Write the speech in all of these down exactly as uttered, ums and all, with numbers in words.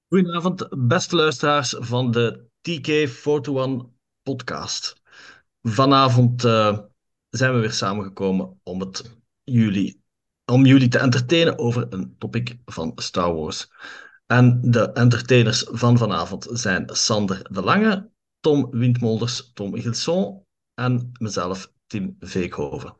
Goedenavond, beste luisteraars van de T K eenenveertig podcast. Vanavond eh, zijn we weer samengekomen om het jullie, om jullie te entertainen over een topic van Star Wars. En de entertainers van vanavond zijn Sander De Lange, Tom Windmolders, Tom Gilson en mezelf, Tim Veekhoven.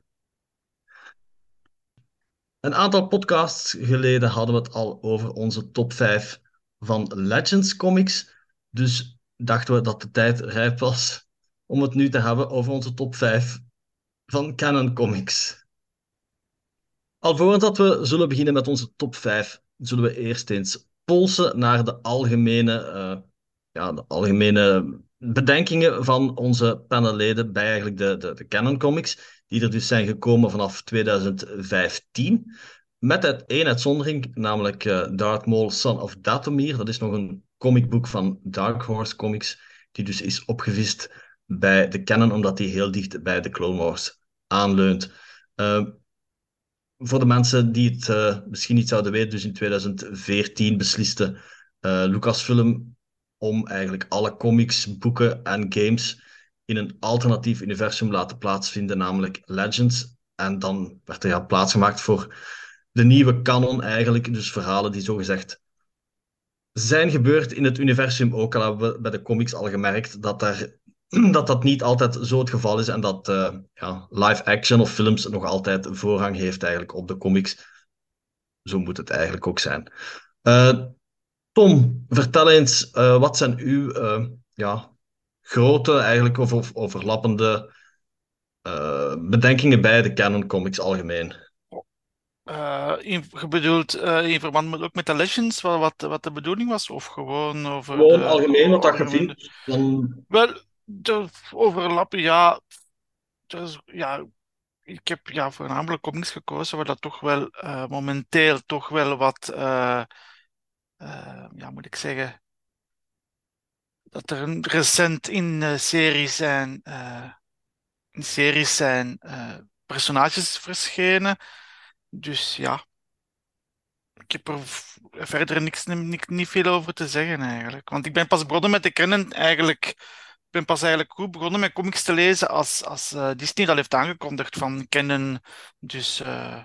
Een aantal podcasts geleden hadden we het al over onze top vijf van Legends comics. Dus dachten we dat de tijd rijp was om het nu te hebben over onze top vijf van Canon comics. Alvorens dat we zullen beginnen met onze top vijf, zullen we eerst eens polsen naar de algemene, eh, ja, de algemene bedenkingen van onze panelleden bij eigenlijk de, de, de Canon comics, die er dus zijn gekomen vanaf twintig vijftien. Met uit één uitzondering, namelijk eh, Darth Maul, Son of Dathomir. Dat is nog een comicboek van Dark Horse Comics, die dus is opgevist bij de Canon, omdat die heel dicht bij de Clone Wars aanleunt. Uh, voor de mensen die het eh, misschien niet zouden weten, dus in twintig veertien besliste eh, Lucasfilm om eigenlijk alle comics, boeken en games in een alternatief universum laten plaatsvinden, namelijk Legends. En dan werd er ja plaats gemaakt voor de nieuwe canon eigenlijk, dus verhalen die zogezegd zijn gebeurd in het universum. Ook al hebben we bij de comics al gemerkt dat daar, dat, dat niet altijd zo het geval is en dat eh, ja, live action of films nog altijd voorrang heeft eigenlijk op de comics. Zo moet het eigenlijk ook zijn. Eh, Tom, vertel eens, eh, wat zijn uw eh, ja, grote, eigenlijk of, of overlappende eh, bedenkingen bij de canon comics algemeen? Eh, in, je bedoelt eh, in verband met, ook met de Legends, wat, wat, wat de bedoeling was, of gewoon over Gewoon de algemeen wat dat je algemene. vindt van... Wel, de overlappen, ja, dus, ja. Ik heb ja, voornamelijk comics gekozen waar dat toch wel eh, momenteel toch wel wat, eh, eh, ja, moet ik zeggen, dat er een, recent in eh, series zijn, eh, in series zijn eh, personages verschenen. Dus ja. Ik heb er v- verder niks, niet, niet veel over te zeggen eigenlijk. Want ik ben pas begonnen met te kennen eigenlijk. Ik ben pas eigenlijk goed begonnen met comics te lezen als, als eh, Disney dat heeft aangekondigd van kennen. Dus eh,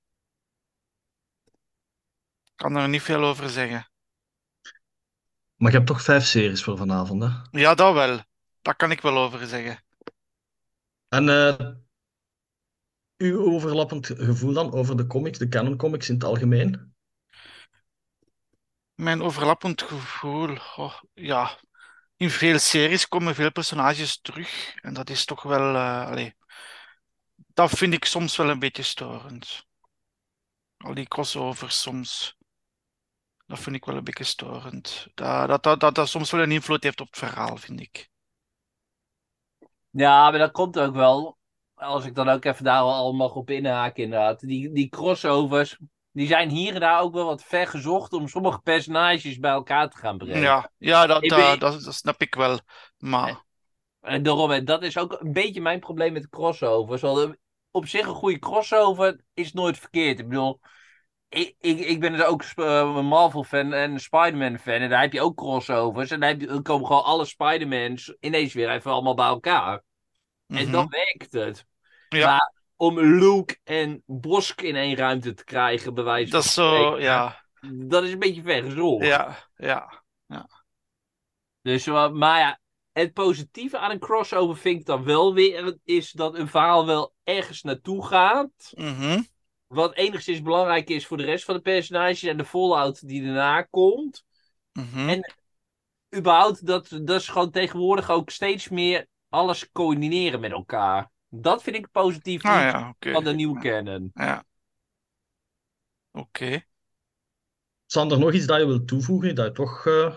ik kan er niet veel over zeggen. Maar je hebt toch vijf series voor vanavond, hè? Ja, dat wel. Daar kan ik wel over zeggen. En eh, uw overlappend gevoel dan over de comics, de canon comics in het algemeen? Mijn overlappend gevoel. Oh, ja, in veel series komen veel personages terug. En dat is toch wel. eh, allee, dat vind ik soms wel een beetje storend. Al die crossovers soms. Dat vind ik wel een beetje storend. Dat dat, dat, dat, dat soms wel een invloed heeft op het verhaal, vind ik. Ja, maar dat komt ook wel. Als ik dan ook even daar al mag op inhaken, inderdaad. Die, die crossovers, die zijn hier en daar ook wel wat ver gezocht om sommige personages bij elkaar te gaan brengen. Ja, ja dat, Ik dat, weet, dat, dat snap ik wel. Maar en daarom, en dat is ook een beetje mijn probleem met de crossovers. Want eh, op zich een goede crossover is nooit verkeerd. Ik bedoel, ik, ik, ik ben dus ook eh, een Marvel-fan en een Spider-Man-fan. En daar heb je ook crossovers. En dan, heb je, dan komen gewoon alle Spider-Mans ineens weer even allemaal bij elkaar. En dan mhm. werkt het. Ja, Maar om Luke en Bosk in één ruimte te krijgen, bij wijze dat van is zo, spreken, ja, dat is een beetje ver gezocht. ja, ja, ja. Dus, eh, maar ja, het positieve aan een crossover vind ik dan wel weer, is dat een verhaal wel ergens naartoe gaat. Mhm, Wat enigszins belangrijk is voor de rest van de personages en de fallout die daarna komt. mhm. En überhaupt, dat, dat is gewoon tegenwoordig ook steeds meer alles coördineren met elkaar. Dat vind ik een positief Ah iets ja, oké. van de nieuwe Ja, canon. ja, oké. Sander, nog iets dat je wilt toevoegen, dat je toch eh,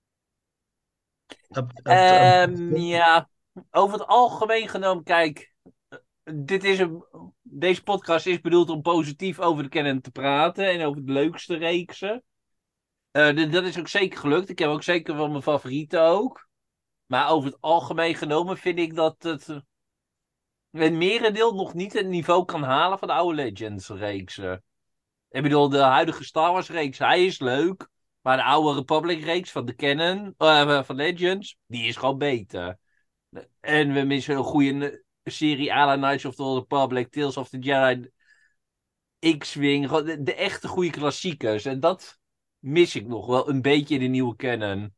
hebt, hebt, hebt... Ehm, ja, over het algemeen genomen, kijk, dit is een, deze podcast is bedoeld om positief over de canon te praten en over de leukste reeksen. Eh, d- dat is ook zeker gelukt. Ik heb ook zeker wel mijn favorieten ook. Maar over het algemeen genomen vind ik dat het een merendeel nog niet het niveau kan halen van de oude Legends reeksen. Ik bedoel, de huidige Star Wars reeks, hij is leuk. Maar de oude Republic-reeks van de Canon, eh, van Legends, die is gewoon beter. En we missen een goede serie à la Knights of the Old Republic, Tales of the Jedi, X-Wing. Gewoon de, de echte goede klassiekers. En dat mis ik nog wel een beetje in de nieuwe canon.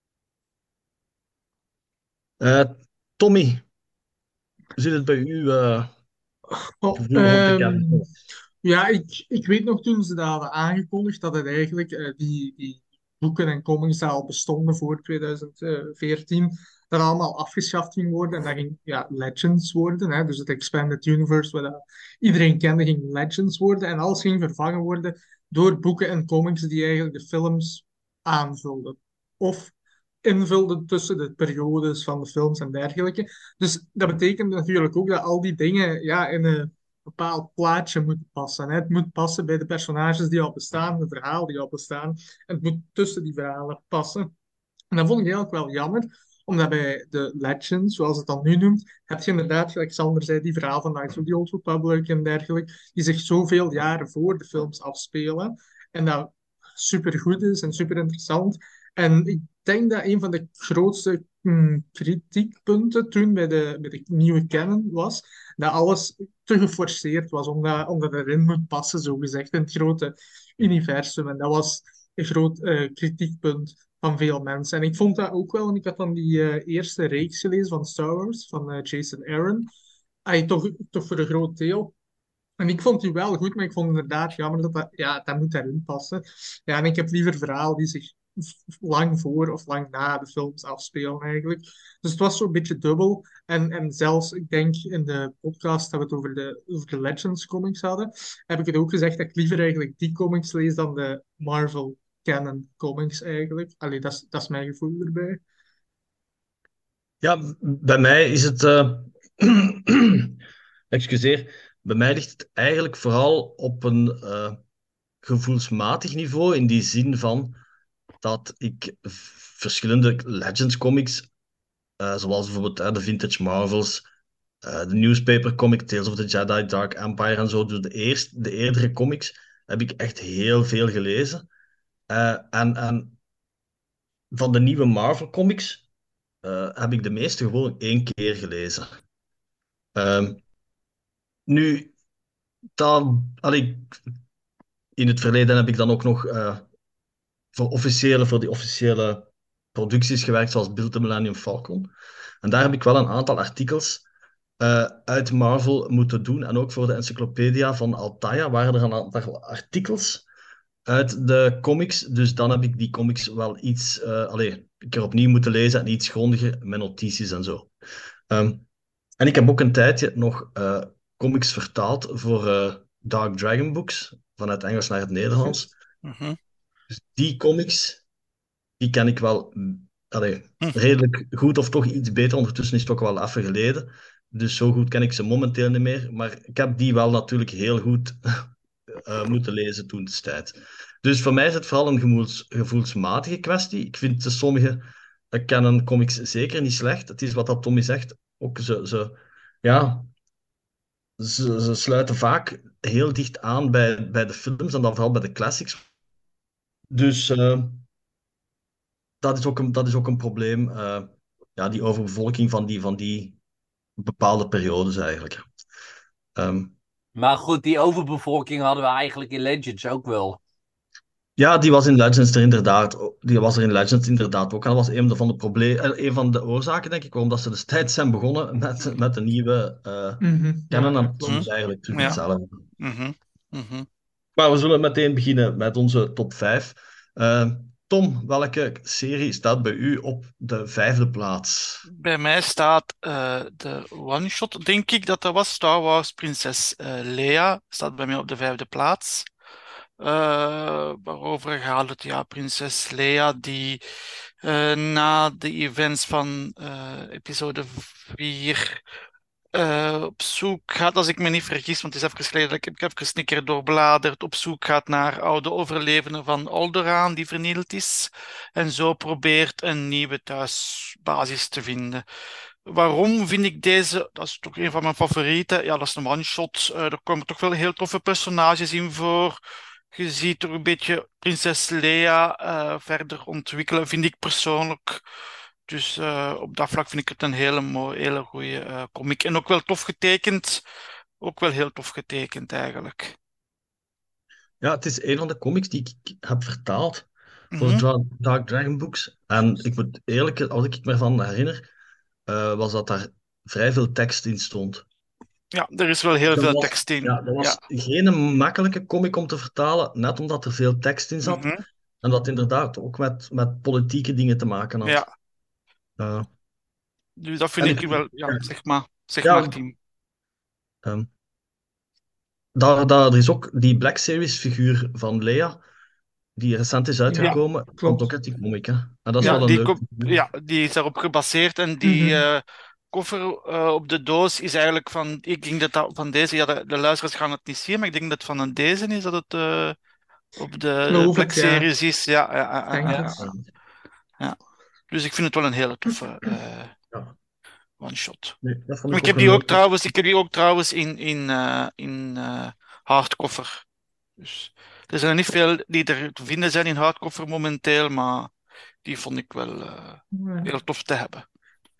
Eh, Tommy, hoe zit het bij u eh, Oh, gevoel rond de ehm, kern? ja, ik, ik weet nog toen ze dat hadden aangekondigd dat het eigenlijk eh, die, die boeken en comics die al bestonden voor twintig veertien, dat allemaal afgeschaft ging worden. En dat ging ja, Legends worden. Hè? Dus het Expanded Universe, wat dat iedereen kende, ging Legends worden. En alles ging vervangen worden door boeken en comics die eigenlijk de films aanvulden. Of invulden tussen de periodes van de films en dergelijke. Dus dat betekent natuurlijk ook dat al die dingen ja, in een bepaald plaatje moeten passen. Hè. Het moet passen bij de personages die al bestaan, het verhaal die al bestaan. En het moet tussen die verhalen passen. En dat vond ik eigenlijk wel jammer, omdat bij de Legends, zoals het dan nu noemt, heb je inderdaad, zoals Xander zei, die verhaal van Knights of the Old Republic en dergelijke, die zich zoveel jaren voor de films afspelen. En dat supergoed is en super interessant. En ik denk dat een van de grootste mm, kritiekpunten toen bij de, bij de nieuwe canon was, dat alles te geforceerd was, omdat, omdat het erin moet passen, zogezegd, in het grote universum. En dat was een groot eh, kritiekpunt van veel mensen. En ik vond dat ook wel, want ik had dan die eh, eerste reeks gelezen van Star Wars, van eh, Jason Aaron. Ay, toch, toch voor een groot deel. En ik vond die wel goed, maar ik vond inderdaad jammer dat dat, ja, dat moet daarin passen. Ja, en ik heb liever verhalen die zich lang voor of lang na de films afspelen eigenlijk. Dus het was zo'n beetje dubbel. En, en zelfs, ik denk in de podcast dat we het over de, over de Legends comics hadden, heb ik het ook gezegd dat ik liever eigenlijk die comics lees dan de Marvel canon comics eigenlijk. Allee, dat is, dat is mijn gevoel erbij. Ja, bij mij is het. eh, Excuseer. Bij mij ligt het eigenlijk vooral op een eh, gevoelsmatig niveau. In die zin van dat ik v- verschillende Legends comics, eh, zoals bijvoorbeeld eh, de Vintage Marvels, eh, de newspaper comic Tales of the Jedi, Dark Empire en zo, dus de, eerst, de eerdere comics, heb ik echt heel veel gelezen. Eh, en, en van de nieuwe Marvel comics eh, heb ik de meeste gewoon één keer gelezen. Ehm, nu, dat, allee, in het verleden heb ik dan ook nog eh, voor, officiële, voor die officiële producties gewerkt, zoals Build the Millennium Falcon. En daar heb ik wel een aantal artikels eh, uit Marvel moeten doen. En ook voor de encyclopedia van Altaia waren er een aantal artikels uit de comics. Dus dan heb ik die comics wel iets, uh, allee, ik er opnieuw moeten lezen en iets grondiger met notities en zo. Ehm, en ik heb ook een tijdje nog eh, comics vertaald voor eh, Dark Dragon Books, vanuit het Engels naar het Nederlands. Mhm. Dus die comics, die ken ik wel mm, allee, Hm. redelijk goed, of toch iets beter. Ondertussen is het ook wel even geleden. Dus zo goed ken ik ze momenteel niet meer. Maar ik heb die wel natuurlijk heel goed eh, moeten lezen toen destijds. Dus voor mij is het vooral een gevoels, gevoelsmatige kwestie. Ik vind de sommige uh, canon comics zeker niet slecht. Het is wat dat Tommy zegt. Ook ze, ze, ja, ze, ze sluiten vaak heel dicht aan bij, bij de films en dan vooral bij de classics. Dus eh, dat is ook een, dat is ook een probleem. eh, ja, die overbevolking van die, van die bepaalde periodes eigenlijk. Ehm, Maar goed, die overbevolking hadden we eigenlijk in Legends ook wel. Ja, die was in Legends er inderdaad, die was er in Legends inderdaad ook. En dat was een van de problemen, een van de oorzaken, denk ik, waarom dat ze destijds zijn begonnen met, met de nieuwe uh, Mhm. kennen. Ja, En klopt. toen is eigenlijk terug Ja. hetzelfde. Mhm. Mhm. Maar we zullen meteen beginnen met onze top vijf. Uh, Tom, welke serie staat bij u op de vijfde plaats? Bij mij staat eh, de one-shot, denk ik dat dat was, Star Wars Prinses eh, Leia, staat bij mij op de vijfde plaats. Eh, waarover gaat het? Ja, Prinses Leia die eh, na de events van eh, episode vier eh, op zoek gaat, als ik me niet vergis, want het is even geleden, ik heb ik heb even een keer doorbladerd, op zoek gaat naar oude overlevenden van Alderaan die vernield is en zo probeert een nieuwe thuisbasis te vinden. Waarom vind ik deze, dat is toch een van mijn favorieten, ja, dat is een one-shot, uh, er komen toch wel heel toffe personages in voor. Je ziet er een beetje prinses Leia eh, verder ontwikkelen, vind ik persoonlijk. Dus eh, op dat vlak vind ik het een hele mooie, hele goede eh comic. En ook wel tof getekend. Ook wel heel tof getekend eigenlijk. Ja, het is een van de comics die ik heb vertaald voor Mhm. Dra- Dark Dragon Books. En ik moet eerlijk, als ik me ervan herinner, eh, was dat daar vrij veel tekst in stond. Ja, er is wel heel Dat veel was, tekst in. ja, dat was Ja. geen makkelijke comic om te vertalen, net omdat er veel tekst in zat. Mhm. En dat inderdaad ook met, met politieke dingen te maken had. Ja, Eh, dus dat vind en ik ik, wel. Ja, ja, zeg maar. Zeg maar, ja, Tim. ehm, daar, daar, er is ook die Black Series figuur van Leia, die recent is Ja, uitgekomen, komt ook klopt. uit die comic. Hè? En dat is Ja, wel een die, leuk ko- figuur. ja, die is daarop gebaseerd. En die Mhm. eh, koffer eh, op de doos is eigenlijk van. Ik denk dat dat van deze. Ja, de, de luisteraars gaan het niet zien, maar ik denk dat het van een deze is. Dat het eh, op de Geloof Black het, ja. Series is. Ja, ja, ja, Denk ja, Ja. ja, Ja, het. ja. Dus ik vind het wel een hele toffe eh, ja. one-shot. Nee, dat vond En ik ik ook heb een die ook leuke. trouwens, ik heb die ook trouwens in, in, eh, in eh, hardcover. Dus er zijn er niet veel die er te vinden zijn in hardcover momenteel, maar die vond ik wel eh, Ja. heel tof te hebben.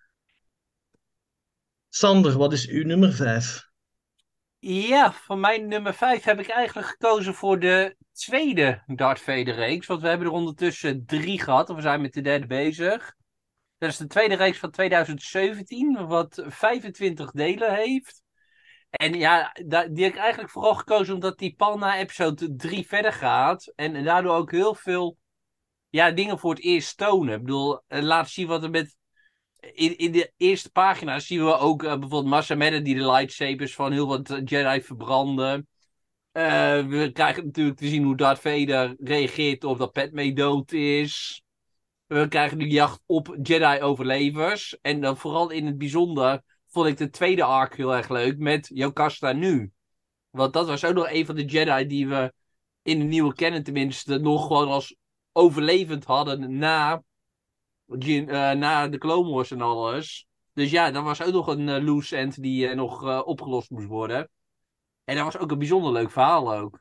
Sander, wat is uw nummer vijf? Ja, voor mijn nummer vijf heb ik eigenlijk gekozen voor de tweede Darth Vader reeks. Want we hebben er ondertussen drie gehad. Of we zijn met de derde bezig. Dat is de tweede reeks van tweeduizend zeventien. Wat vijfentwintig delen heeft. En ja, da- die heb ik eigenlijk vooral gekozen omdat die pal na episode drie verder gaat. En daardoor ook heel veel ja, dingen voor het eerst tonen. Ik bedoel, eh, laat zien wat er met... In, in de eerste pagina's zien we ook eh, bijvoorbeeld Massa Meda die de lightsabers van heel wat eh, Jedi verbranden. Eh, we krijgen natuurlijk te zien hoe Darth Vader reageert op dat Padmé dood is. We krijgen nu jacht op Jedi-overlevers. En dan vooral in het bijzonder vond ik de tweede arc heel erg leuk met Jocasta nu. Want dat was ook nog een van de Jedi die we in de nieuwe canon tenminste nog gewoon als overlevend hadden na, Jin- eh, na de Clone Wars en alles. Dus ja, dat was ook nog een eh, loose end die eh, nog eh, opgelost moest worden. En dat was ook een bijzonder leuk verhaal ook.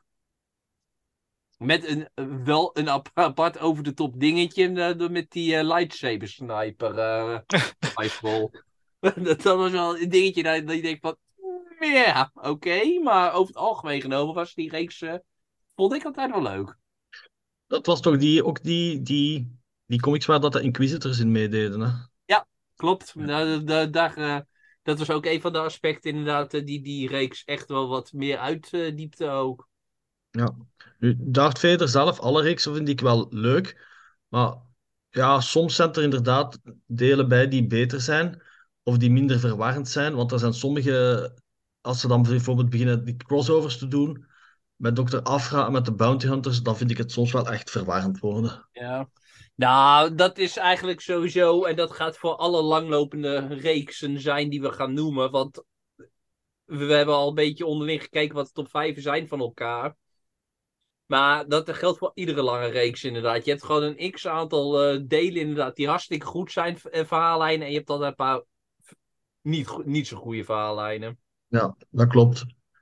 Met een, eh, wel een ap- apart over de top dingetje eh, door met die eh, lightsaber sniper eh rifle. dat, dat was wel een dingetje dat, dat je denkt van... "Mm, ja, oké. Maar over het algemeen genomen was die reeks... eh, vond ik altijd wel leuk. Dat was toch die, ook die, die, die comics waar dat de Inquisitors in meededen, hè? Ja, klopt. Ja. Nou, da- daar, eh, dat was ook een van de aspecten inderdaad eh, die die reeks echt wel wat meer uitdiepte ook. Ja. Nu, Darth Vader zelf, alle reeksen vind ik wel leuk. Maar ja, soms zijn er inderdaad delen bij die beter zijn. Of die minder verwarrend zijn. Want er zijn sommige... Als ze dan bijvoorbeeld beginnen die crossovers te doen met dokter Afra en met de Bounty Hunters, dan vind ik het soms wel echt verwarrend worden. Ja. Nou, dat is eigenlijk sowieso, en dat gaat voor alle langlopende reeksen zijn die we gaan noemen. Want we hebben al een beetje onderling gekeken wat de top vijf zijn van elkaar. Maar dat geldt voor iedere lange reeks inderdaad. Je hebt gewoon een x-aantal eh, delen inderdaad die hartstikke goed zijn, eh, verhaallijnen. En je hebt dan een paar niet, go- niet zo goede verhaallijnen. Ja, dat klopt.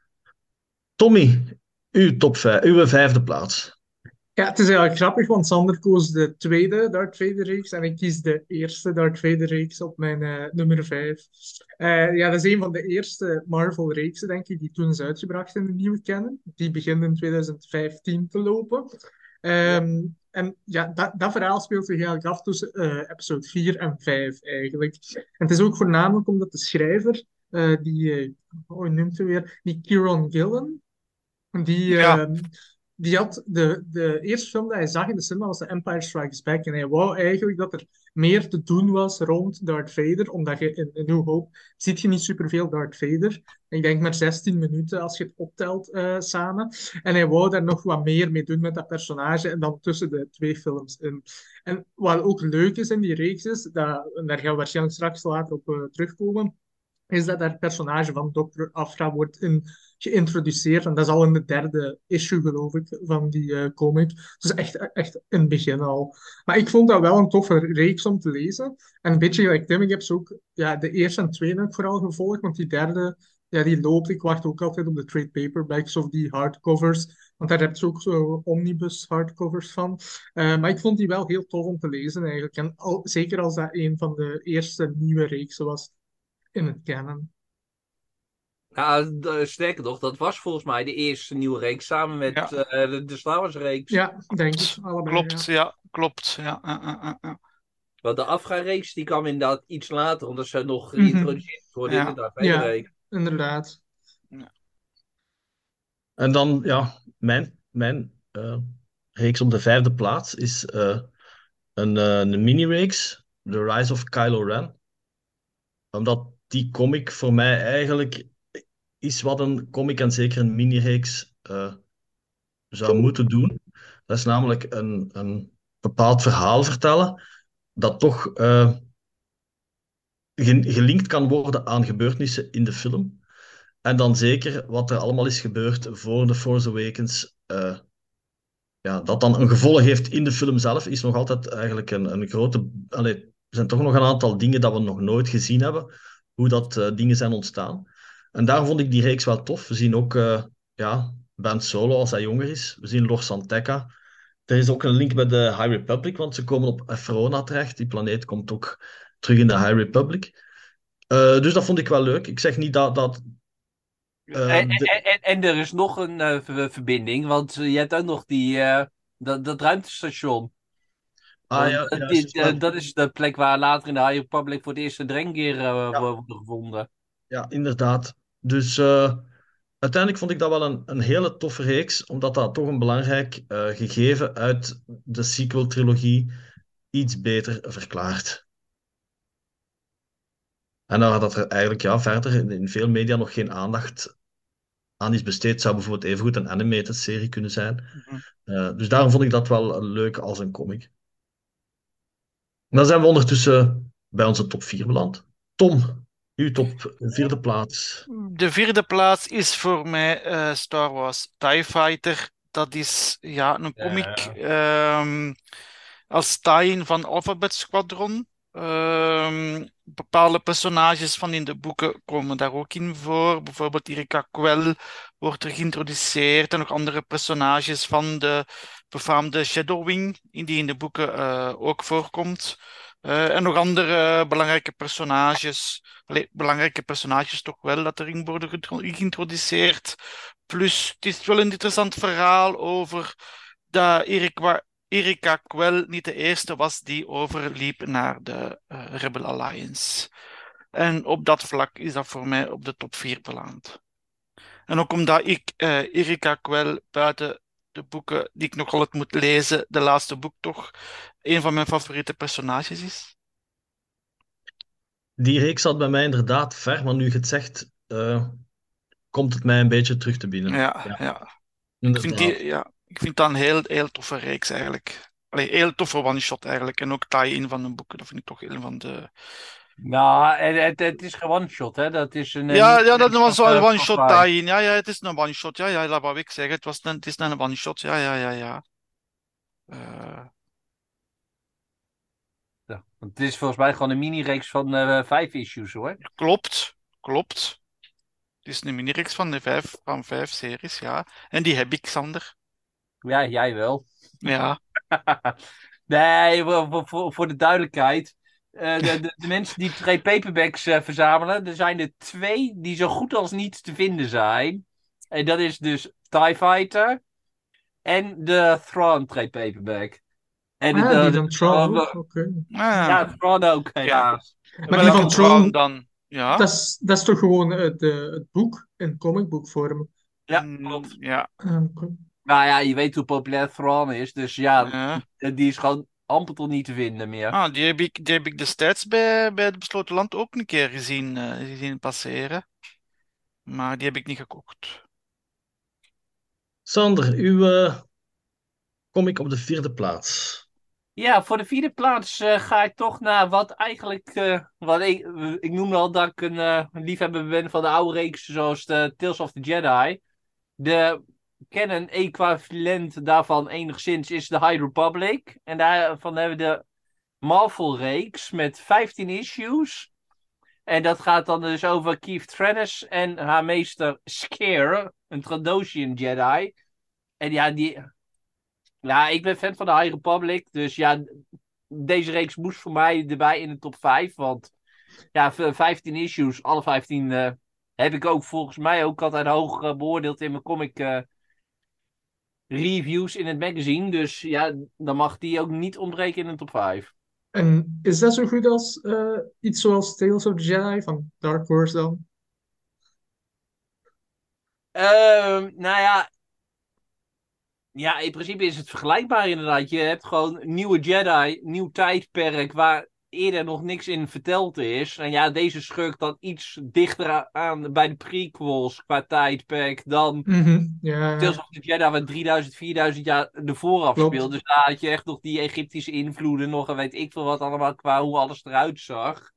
Tommy, uw top vijf, uw vijfde plaats. Ja, het is eigenlijk grappig, want Sander koos de tweede Darth Vader-reeks en ik kies de eerste Darth Vader-reeks op mijn eh, nummer vijf. Eh, ja, dat is een van de eerste Marvel-reeksen, denk ik, die toen is uitgebracht in de nieuwe canon. Die begint in twintig vijftien te lopen. Ja. Ehm, en ja, dat, dat verhaal speelt zich eigenlijk af tussen eh, episode vier en vijf eigenlijk. En het is ook voornamelijk omdat de schrijver, eh, die, eh, hoe noemt hij weer, die Kieron Gillen, die, Ja, ehm, die had de, de eerste film dat hij zag in de cinema was The Empire Strikes Back. En hij wou eigenlijk dat er meer te doen was rond Darth Vader, omdat je in, in New Hope ziet je niet superveel Darth Vader. Ik denk maar zestien minuten als je het optelt eh, samen. En hij wou daar nog wat meer mee doen met dat personage en dan tussen de twee films in. En wat ook leuk is in die reeks is, dat, en daar gaan we waarschijnlijk straks later op eh, terugkomen, is dat daar personage van dokter Afra wordt in geïntroduceerd. En dat is al in de derde issue, geloof ik, van die eh, comic. Dus echt, echt in het begin al. Maar ik vond dat wel een toffe reeks om te lezen. En een beetje gelijk Tim, ik heb ze ook... Ja, de eerste en tweede heb ik vooral gevolgd, want die derde, ja, die loopt. Ik wacht ook altijd op de trade paperbacks of die hardcovers Want daar heb je ook zo omnibus hardcovers van. Eh, maar ik vond die wel heel tof om te lezen eigenlijk. En al, zeker als dat een van de eerste nieuwe reeksen was in het canon. Ja, d- sterker nog, dat was volgens mij de eerste nieuwe reeks samen met Ja. eh, de, de Star Wars reeks. Ja, denk Klopt, het. Allebei, klopt, ja. ja, klopt. Ja, ja, ja, ja, ja. Want de Afra-reeks die kwam inderdaad iets later, omdat ze nog Mhm. geïntroduceerd worden in Ja. de Darth Vader Ja, reeks. inderdaad. En dan, ja, mijn, mijn eh, reeks op de vijfde plaats is eh, een, eh, een mini-reeks, The Rise of Kylo Ren. Omdat die comic voor mij eigenlijk is wat een comic en zeker een mini-reeks eh, zou moeten doen. Dat is namelijk een, een bepaald verhaal vertellen dat toch eh, ge- gelinkt kan worden aan gebeurtenissen in de film. En dan zeker wat er allemaal is gebeurd voor The Force Awakens. eh, ja, dat dan een gevolg heeft in de film zelf, is nog altijd eigenlijk een, een grote. Allee, er zijn toch nog een aantal dingen dat we nog nooit gezien hebben, hoe dat eh, dingen zijn ontstaan. En daar vond ik die reeks wel tof. We zien ook eh, ja, Ben Solo als hij jonger is. We zien Lor San Tekka. Er is ook een link met de High Republic, want ze komen op Efrona terecht. Die planeet komt ook terug in de High Republic. Eh, dus dat vond ik wel leuk. Ik zeg niet dat, dat eh, En, de- en, en, en er is nog een eh, ver- verbinding, want eh, je hebt ook nog die, eh, dat, dat ruimtestation. Ah Want, ja, eh, ja, dit, juist, eh, maar- dat is de plek waar later in de High Republic voor de eerste Drengir eh ja, worden gevonden. ja, inderdaad. Dus eh, uiteindelijk vond ik dat wel een, een hele toffe reeks, omdat dat toch een belangrijk eh, gegeven uit de sequel-trilogie iets beter verklaart. En daar dat er eigenlijk ja, verder in, in veel media nog geen aandacht aan is besteed, zou bijvoorbeeld evengoed een animated serie kunnen zijn. Mhm. Eh, dus daarom vond ik dat wel leuk als een comic. Dan zijn we ondertussen bij onze top vier beland. Tom, uw top vierde plaats. De vierde plaats is voor mij eh, Star Wars TIE Fighter. Dat is ja, een comic Ja. ehm, als tie-in van Alphabet Squadron. Ehm, bepaalde personages van in de boeken komen daar ook in voor. Bijvoorbeeld Erika Quell wordt er geïntroduceerd. En nog andere personages van de befaamde Shadowwing, die in de boeken eh, ook voorkomt. Eh, en nog andere belangrijke personages. Allee, belangrijke personages toch wel dat erin worden getro- geïntroduceerd. Plus, het is wel een interessant verhaal over dat Erika, Erika Quell niet de eerste was die overliep naar de eh, Rebel Alliance. En op dat vlak is dat voor mij op de top vier beland. En ook omdat ik eh, Erika Quell buiten de boeken die ik nog altijd moet lezen, de laatste boek toch, een van mijn favoriete personages is. Die reeks zat bij mij inderdaad ver, maar nu je het zegt, eh, komt het mij een beetje terug te binnen. Ja, Ja, ja. Ik vind inderdaad. die, ja, ik vind dat een heel, heel toffe reeks eigenlijk. Allee, heel toffe one-shot eigenlijk. En ook tie-in van de boeken, dat vind ik toch een van de... Nou, en het, het is geen one-shot, hè. Dat is een... eh, Ja, niet- ja, dat was van, zo'n eh, one-shot Popeye. tie-in. Ja, ja, het is een one-shot. Ja, ja, dat wou ik zeggen. Het, was een, het is een one-shot. Ja, ja, ja, ja. Eh, Ja, want het is volgens mij gewoon een mini-reeks van eh, vijf issues, hoor. klopt, klopt. Het is een mini-reeks van de vijf, van vijf series, ja. En die heb ik, Sander. Ja, jij wel. Ja. Nee, voor, voor, voor de duidelijkheid. eh, de, de, de mensen die twee paperbacks eh, verzamelen, er zijn er twee die zo goed als niet te vinden zijn. En dat is dus TIE Fighter en de Thrawn trade paperback. En Ah, de, die de- van Tron de- ook, oké. Ah, ja, Thrawn ook, helaas. Maar die welke van Tron Tron, dan? Ja. dat is, dat is toch gewoon het, eh, het boek in comicboekvorm. Ja, Mm, klopt. ja. Ah, oké. Nou ja, je weet hoe populair Thrawn is, dus ja, Ja. die is gewoon amper tot niet te vinden meer. Ah, die heb ik, die heb ik destijds bij, bij het Besloten Land ook een keer gezien, eh, gezien passeren. Maar die heb ik niet gekocht. Sander, uw eh, comic op de vierde plaats. Ja, voor de vierde plaats eh, ga ik toch naar wat eigenlijk. eh, wat ik, ik noemde al dat ik een eh, liefhebber ben van de oude reeksen zoals de Tales of the Jedi. De canon equivalent daarvan enigszins is de High Republic. En daarvan hebben we de Marvel-reeks met vijftien issues. En dat gaat dan dus over Keith Trennis en haar meester Scare, een Trandoshan Jedi. En ja, die, ja, ik ben fan van de High Republic. Dus ja, deze reeks moest voor mij erbij in de top vijf. Want ja, v- vijftien issues, alle vijftien eh, heb ik ook volgens mij ook altijd hoog eh, beoordeeld in mijn comic eh, reviews in het magazine. Dus ja, dan mag die ook niet ontbreken in de top vijf. En is dat zo goed als eh, iets zoals Tales of the Jedi van Dark Horse dan? Ehm, nou ja, ja, in principe is het vergelijkbaar inderdaad. Je hebt gewoon een nieuwe Jedi, nieuw tijdperk waar eerder nog niks in verteld is. En ja, deze schurkt dan iets dichter a- aan bij de prequels qua tijdperk dan Mhm, ja, Tales of the Jedi wat drieduizend, vierduizend jaar ervoor klopt. afspeelt. Dus daar had je echt nog die Egyptische invloeden nog en weet ik veel wat allemaal qua hoe alles eruit zag.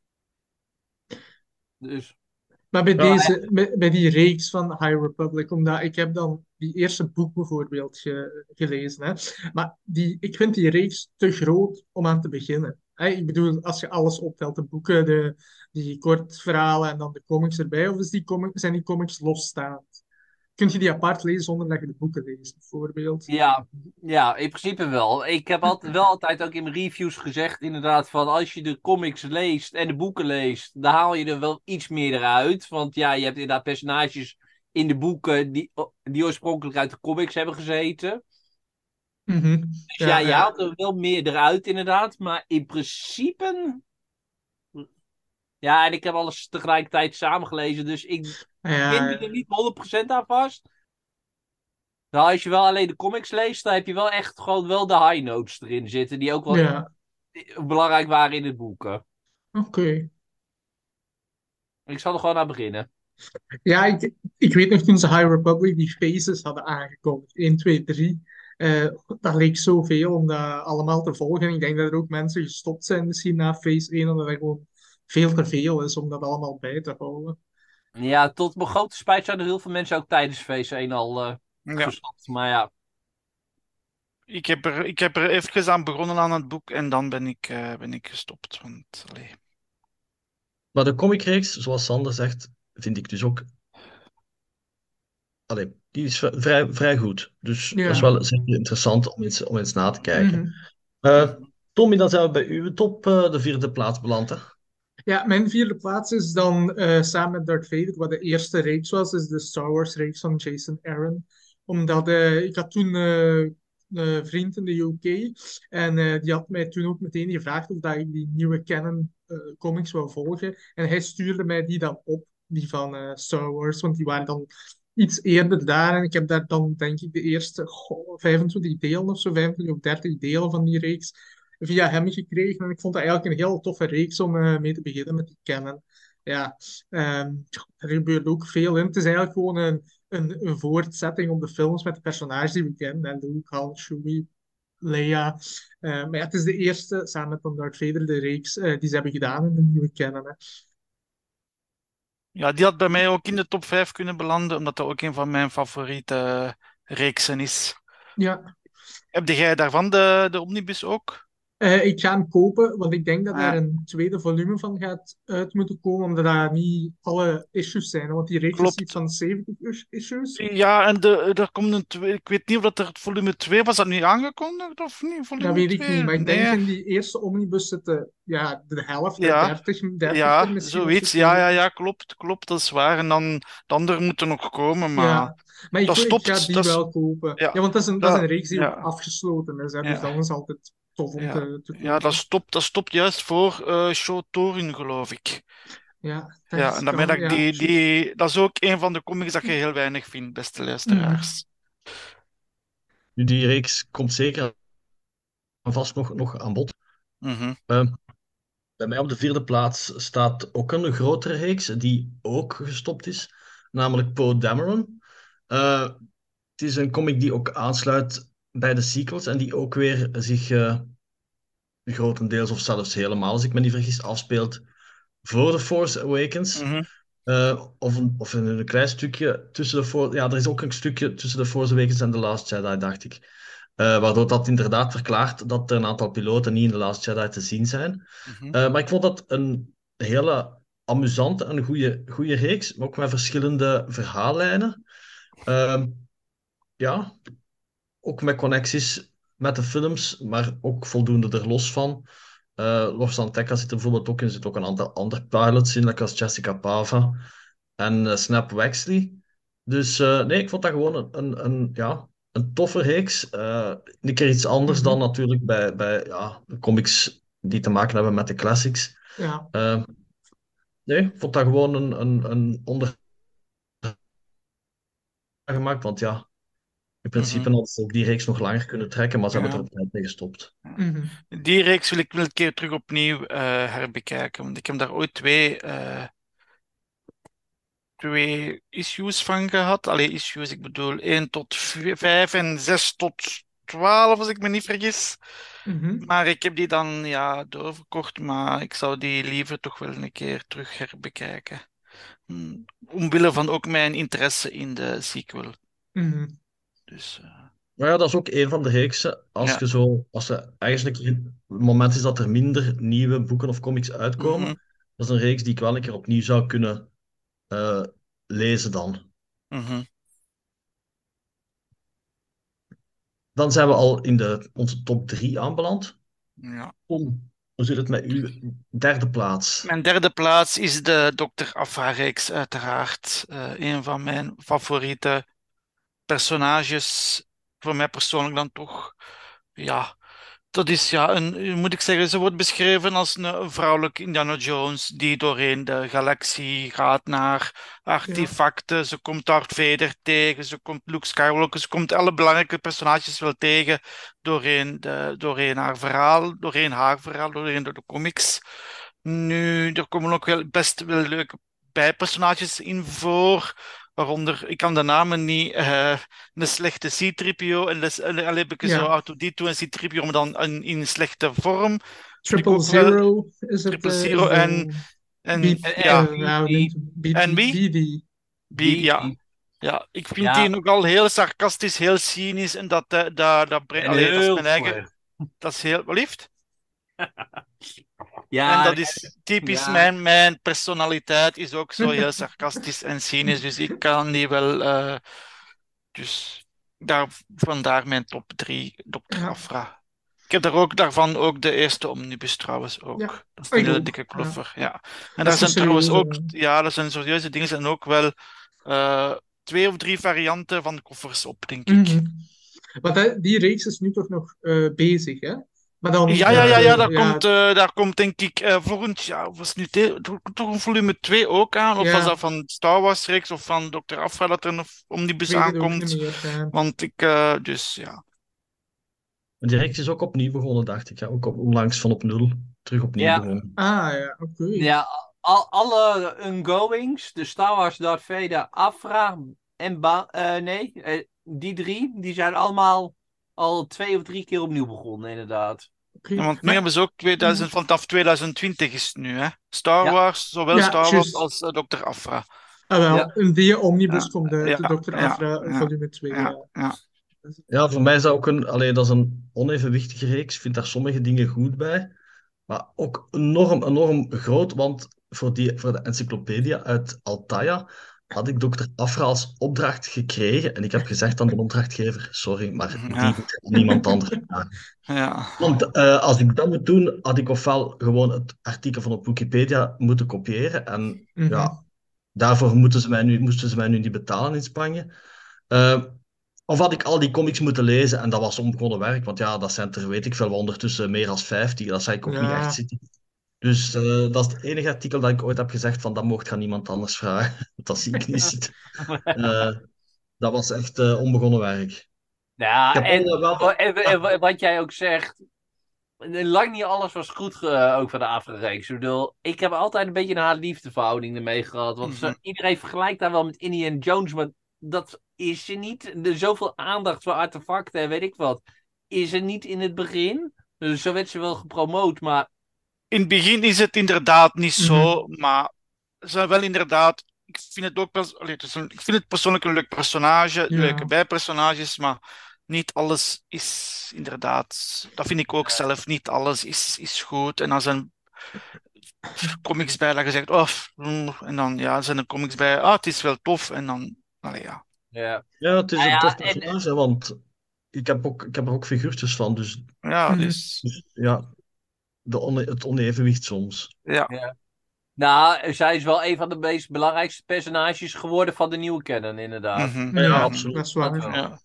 Dus Maar bij Ja, deze, bij, bij die reeks van High Republic, omdat ik heb dan die eerste boek bijvoorbeeld ge- gelezen, hè. Maar die, ik vind die reeks te groot om aan te beginnen. Hè, ik bedoel, als je alles optelt, de boeken, de, die kortverhalen en dan de comics erbij, of is die comic, zijn die comics losstaand? Kun je die apart lezen zonder dat je de boeken leest, bijvoorbeeld? ja, ja, in principe wel. Ik heb altijd, wel altijd ook in mijn reviews gezegd, inderdaad, van als je de comics leest en de boeken leest, dan haal je er wel iets meer eruit. Want ja, je hebt inderdaad personages in de boeken die, die oorspronkelijk uit de comics hebben gezeten. Mhm. Dus ja, Ja, je ja, haalt er wel meer eruit, inderdaad. Maar in principe, ja, en ik heb alles tegelijkertijd samengelezen, dus ik pin me er ja, niet honderd procent aan vast. Nou, als je wel alleen de comics leest, dan heb je wel echt gewoon wel de high notes erin zitten, die ook wel ja, belangrijk waren in het boeken. oké. Ik zal er gewoon aan beginnen. Ja, ik, ik weet nog toen ze High Republic die phases hadden aangekondigd. één, twee, drie. Eh, dat leek zoveel om dat allemaal te volgen. Ik denk dat er ook mensen gestopt zijn misschien na phase één, omdat het gewoon veel te veel is om dat allemaal bij te houden. Ja, tot mijn grote spijt zijn er heel veel mensen ook tijdens phase één al eh, Ja, gestopt. Maar ja, ik heb er, ik heb er even aan begonnen aan het boek en dan ben ik, eh, ben ik gestopt. Want, allee. maar de comicreeks, zoals Sander zegt, vind ik dus ook. Allee, die is v- vrij, vrij goed. Dus dat is Ja. wel zeker interessant om eens, om eens na te kijken. Mhm. Eh, Tommy, dan zijn we bij uw top, eh, de vierde plaats beland. Hè? Ja, mijn vierde plaats is dan eh, samen met Darth Vader, wat de eerste reeks was, is de Star Wars reeks van Jason Aaron. Omdat eh, ik had toen eh, een vriend in de U K en eh, die had mij toen ook meteen gevraagd of dat ik die nieuwe canon eh, comics wou volgen. En hij stuurde mij die dan op, die van eh, Star Wars, want die waren dan iets eerder daar. En ik heb daar dan denk ik de eerste goh, vijfentwintig delen of zo, vijfentwintig of dertig delen van die reeks via hem gekregen. En ik vond dat eigenlijk een heel toffe reeks om eh, mee te beginnen met die kennen. Ja, ehm, er gebeurt ook veel in. Het is eigenlijk gewoon een, een, een voortzetting op de films met de personages die we kennen. Hè. Luke, Han, Chewie, Leia. Eh, maar ja, het is de eerste, samen met dan Darth Vader, de reeks eh, die ze hebben gedaan in de nieuwe kennen. Hè. Ja, die had bij mij ook in de top vijf kunnen belanden, omdat dat ook een van mijn favoriete reeksen is. Ja, Heb jij daarvan de, de omnibus ook? Eh, ik ga hem kopen, want ik denk dat Ah, daar ja, een tweede volume van gaat uit moeten komen, omdat daar niet alle issues zijn. Want die reeks is iets klopt. van zeventig is- issues. Ja, en de, er komt een twee. Ik weet niet of dat er volume twee was. Dat nu aangekondigd of niet? Dat Volume weet ik niet, twee? maar ik denk Nee. in die eerste omnibus zitten ja, de helft, hè, Ja, dertig, dertig er ja, misschien of zo zoiets. Ja, ja, twee. ja, klopt, klopt. Dat is waar. En dan de andere moeten nog komen, maar Ja, maar ik, dat ik ga stopt. die Dat is, wel kopen. Ja, ja, want dat is een, dat is een dat, reeks die ook ja, afgesloten is, hè, dus ja, dat is altijd tof om ja. te, te Ja, dat kopen. stopt, dat stopt juist voor eh Shotorin, geloof ik. Ja, Ja, dat en daarmee kan, dat ik ja, die, juist. die, dat is ook een van de comics dat je heel weinig vindt, beste Mhm. luisteraars. Nu, die reeks komt zeker en vast nog, nog aan bod. Mhm. Eh, Bij mij op de vierde plaats staat ook een grotere reeks die ook gestopt is, namelijk Poe Dameron. Eh, het is een comic die ook aansluit bij de sequels en die ook weer zich eh, grotendeels of zelfs helemaal, als ik me niet vergis, afspeelt voor The Force Awakens. Mhm. Eh, of, een, of een, een klein stukje tussen de Force... Ja, er is ook een stukje tussen The Force Awakens en The Last Jedi, dacht ik. Eh, waardoor dat inderdaad verklaart dat er een aantal piloten niet in The Last Jedi te zien zijn. Mhm. Eh, maar ik vond dat een hele amusante en goede, goede reeks, maar ook met verschillende verhaallijnen. Ehm, ja, ook met connecties met de films, maar ook voldoende er los van. Eh Los Anteca zit er bijvoorbeeld ook in, er zitten ook een aantal andere pilots in, like als Jessica Pava en eh, Snap Wexley. Dus eh, nee, ik vond dat gewoon een, een, een, ja, een toffe reeks. Eh, een keer iets anders dan Mhm. natuurlijk bij, bij ja, de comics die te maken hebben met de classics. Ja. Eh, nee, ik vond dat gewoon een, een, een onder gemaakt, want ja, in principe Mhm. hadden ze ook die reeks nog langer kunnen trekken, maar ze hebben Ja. er op tijd mee gestopt. Mhm. Die reeks wil ik wel een keer terug opnieuw eh, herbekijken. Want ik heb daar ooit twee, eh, twee issues van gehad. Allee, issues, ik bedoel één tot vijf en zes tot twaalf, als ik me niet vergis. Mhm. Maar ik heb die dan ja, doorverkocht, maar ik zou die liever toch wel een keer terug herbekijken. Hmm, Omwille van ook mijn interesse in de sequel. Mhm. Dus eh, Maar ja, dat is ook een van de reeksen. Als ja. je zo, als er eigenlijk het moment is dat er minder nieuwe boeken of comics uitkomen, Mhm, dat is een reeks die ik wel een keer opnieuw zou kunnen eh, lezen dan. mhm. Dan zijn we al in de, onze top drie aanbeland. Ja. Tom, hoe zit het met uw derde plaats? Mijn derde plaats is de dokter Afra-reeks, uiteraard. Eh, een van mijn favoriete personages. Voor mij persoonlijk dan toch. Ja, dat is ja, een, moet ik zeggen, ze wordt beschreven als een, een vrouwelijke Indiana Jones die doorheen de galaxie gaat naar Ja. artefacten. Ze komt Darth Vader tegen, ze komt Luke Skywalker, ze komt alle belangrijke personages wel tegen doorheen, de, doorheen haar verhaal, doorheen haar verhaal, doorheen door de comics. Nu, er komen ook wel best wel leuke bijpersonages in voor. Waaronder, ik kan de namen niet, eh, een slechte C-3PO en les- en dan heb ik zo Ja. R twee D twee en C-3PO, maar dan in, in slechte vorm. Vind ik Triple ook wel Zero is het, Triple eh, Zero is en, de en B, En, en ja, eh, ja, hoe noemt die, het? en wie? B D. B D. B, die, ja. die, Ja, ik vind die ja, nogal heel sarcastisch, heel cynisch en dat, eh, dat, dat brengt, en allee, dat is heel mijn eigen, slecht. dat is heel, wat lief. En Ja, dat nee, is typisch ja, mijn, mijn personaliteit, is ook zo heel sarcastisch en cynisch. Dus ik kan die wel. eh, dus daar, vandaar mijn top drie, dokter Ja. Afra. Ik heb daar ook daarvan ook de eerste omnibus trouwens Ja, ook. Dat is een ik hele ook. dikke Ja. kloffer. Ja. En Dat daar is een zijn trouwens ook, serieuze. ja, dat zijn serieuze dingen. En ook wel eh, twee of drie varianten van de koffers op, denk ik. Mhm. Maar dat- die reeks is nu toch nog eh, bezig, hè? Maar dan, Ja, ja, ja, ja, eh, daar ja, komt, eh, daar komt denk ik eh, volgend jaar, was het nu te- to- toch een volume twee ook aan? Of was ja, dat van Star Wars reeks of van dokter Afra dat er een ik omnibus weet het ook niet aankomt? meer. Ja. Want ik, eh, dus ja. En die reeks is ook opnieuw begonnen, dacht ik. Ja, ook op, onlangs van op nul terug opnieuw ja, begonnen. Ah, ja, oké. ja, al, alle ongoings, de Star Wars, Darth Vader, Afra en Ba, eh, nee, eh, die drie, die zijn allemaal al twee of drie keer opnieuw begonnen, inderdaad. Oké. Ja, want nu Maar, hebben ze ook tweeduizend, vanaf tweeduizend twintig is het nu, hè? Star Ja, Wars, zowel ja, Star Wars juist. als eh, dokter Afra. Ah, wel, ja, een die omnibus Ja, komt de, de ja, dokter ja, Afra ja, volume twee. ja, Ja. ja. Ja, voor mij is dat ook een, allee, dat is een onevenwichtige reeks. Ik vind daar sommige dingen goed bij, maar ook enorm, enorm groot. Want voor, die, voor de encyclopedia uit Altaia had ik dokter Afra als opdracht gekregen. En ik heb gezegd aan de opdrachtgever: sorry, maar die Ja, moet niemand anders vragen. ja. Want eh, als ik dat moet doen, had ik ofwel gewoon het artikel van op Wikipedia moeten kopiëren. En Mhm. ja, daarvoor moeten ze mij nu, moesten ze mij nu niet betalen in Spanje. Eh, of had ik al die comics moeten lezen en dat was onbegonnen werk, want ja, dat zijn er, weet ik veel, wel ondertussen meer dan vijftig. Dat zou ik ook niet echt Ja. zitten. Dus eh, dat is het enige artikel dat ik ooit heb gezegd van dat mocht gaan niemand anders vragen. Dat zie ik niet zitten. Eh, dat was echt eh, onbegonnen werk. Ik ja, heb en, al, eh, wel... en, en wat jij ook zegt, lang niet alles was goed ge- ook van de Afra-reeks. Ik bedoel, ik heb altijd een beetje een haat-liefde ermee gehad. Want zo, Mhm. iedereen vergelijkt daar wel met Indiana Jones, maar dat is er niet. Er zoveel aandacht voor artefacten en weet ik wat, is er niet in het begin. Dus zo werd ze wel gepromoot, maar In het begin is het inderdaad niet Mhm. zo, maar ze zijn wel inderdaad. Ik vind het ook pers- allee, het is een- ik vind het persoonlijk een leuk personage, leuke Ja. bijpersonages, maar niet alles is inderdaad. Dat vind ik ook zelf. Niet alles is, is goed. En dan zijn comics bij dat je zegt, oh, mm, en dan ja, zijn er comics bij, ah, het is wel tof. En dan, allee, ja. Ja. Ja, het is Nou een tof ja, en personage, want ik heb, ook, ik heb er ook figuurtjes van. Dus, Ja, Mhm. dus dus ja, de one- het onevenwicht soms. ja. ja. Nou, zij is wel een van de meest belangrijkste personages geworden van de nieuwe canon, inderdaad. Mhm, Ja, ja, Ja, mhm. dat is absoluut. Dat waar. wel. Ja.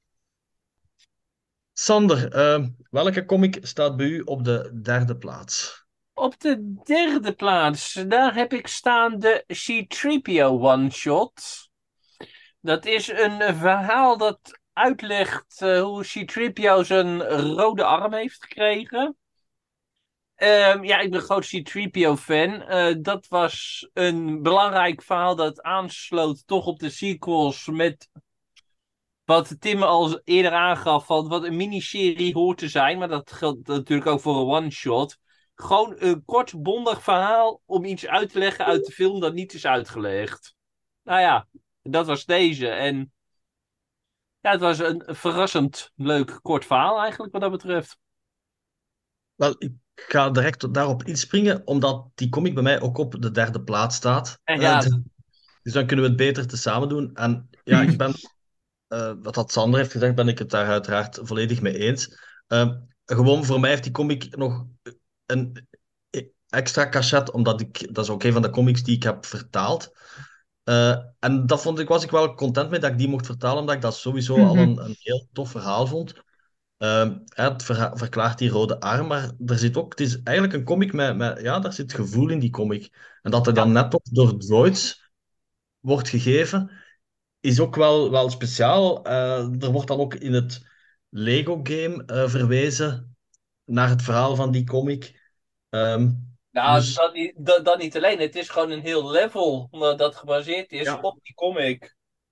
Sander, eh, welke comic staat bij u op de derde plaats? Op de derde plaats, daar heb ik staan de C drie P O one-shot. Dat is een eh, verhaal dat uitlegt eh, hoe C drie P O zijn rode arm heeft gekregen. Ehm, ja, ik ben een groot C drie P O-fan. Eh, dat was een belangrijk verhaal dat aansloot toch op de sequels met wat Tim al eerder aangaf van wat een miniserie hoort te zijn. Maar dat geldt natuurlijk ook voor een one-shot. Gewoon een kort, bondig verhaal om iets uit te leggen uit de film dat niet is uitgelegd. Nou ja, dat was deze. En ja, het was een verrassend leuk kort verhaal eigenlijk wat dat betreft. Wel, ik ga direct daarop inspringen, omdat die comic bij mij ook op de derde plaats staat. En Eh, ja, dus dan kunnen we het beter tezamen doen. En ja, ik ben, eh, wat dat Sander heeft gezegd, ben ik het daar uiteraard volledig mee eens. Eh, gewoon voor mij heeft die comic nog een extra cachet, omdat ik, dat is ook een van de comics die ik heb vertaald. Eh, en dat vond ik, was ik wel content mee dat ik die mocht vertalen, omdat ik dat sowieso al Mhm. een, een heel tof verhaal vond. Ehm, hè, het verha- verklaart die rode arm, maar er zit ook, het is eigenlijk een comic met, met, ja, daar zit gevoel in die comic. En dat er dan ja, net op door droids wordt gegeven, is ook wel, wel speciaal. Eh, er wordt dan ook in het Lego-game eh, verwezen naar het verhaal van die comic. Ehm, nou, dus dat niet, dat, dat niet alleen. Het is gewoon een heel level eh, dat gebaseerd is ja. op die comic.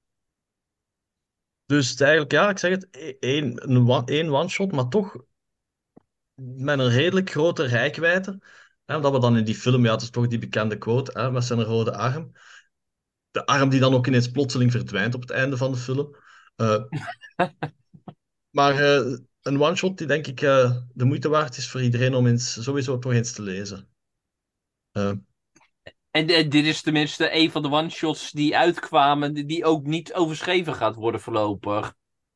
Dus het eigenlijk, ja, ik zeg het, e- één, een one- één one-shot, maar toch met een redelijk grote reikwijdte. Hè, omdat we dan in die film, ja, het is toch die bekende quote, hè, met zijn rode arm. De arm die dan ook ineens plotseling verdwijnt op het einde van de film. Eh, maar eh, een one-shot die denk ik eh, de moeite waard is voor iedereen om eens, sowieso toch eens te lezen. Eh, En eh, dit is tenminste een van de one-shots die uitkwamen, die die ook niet overschreven gaat worden voorlopig.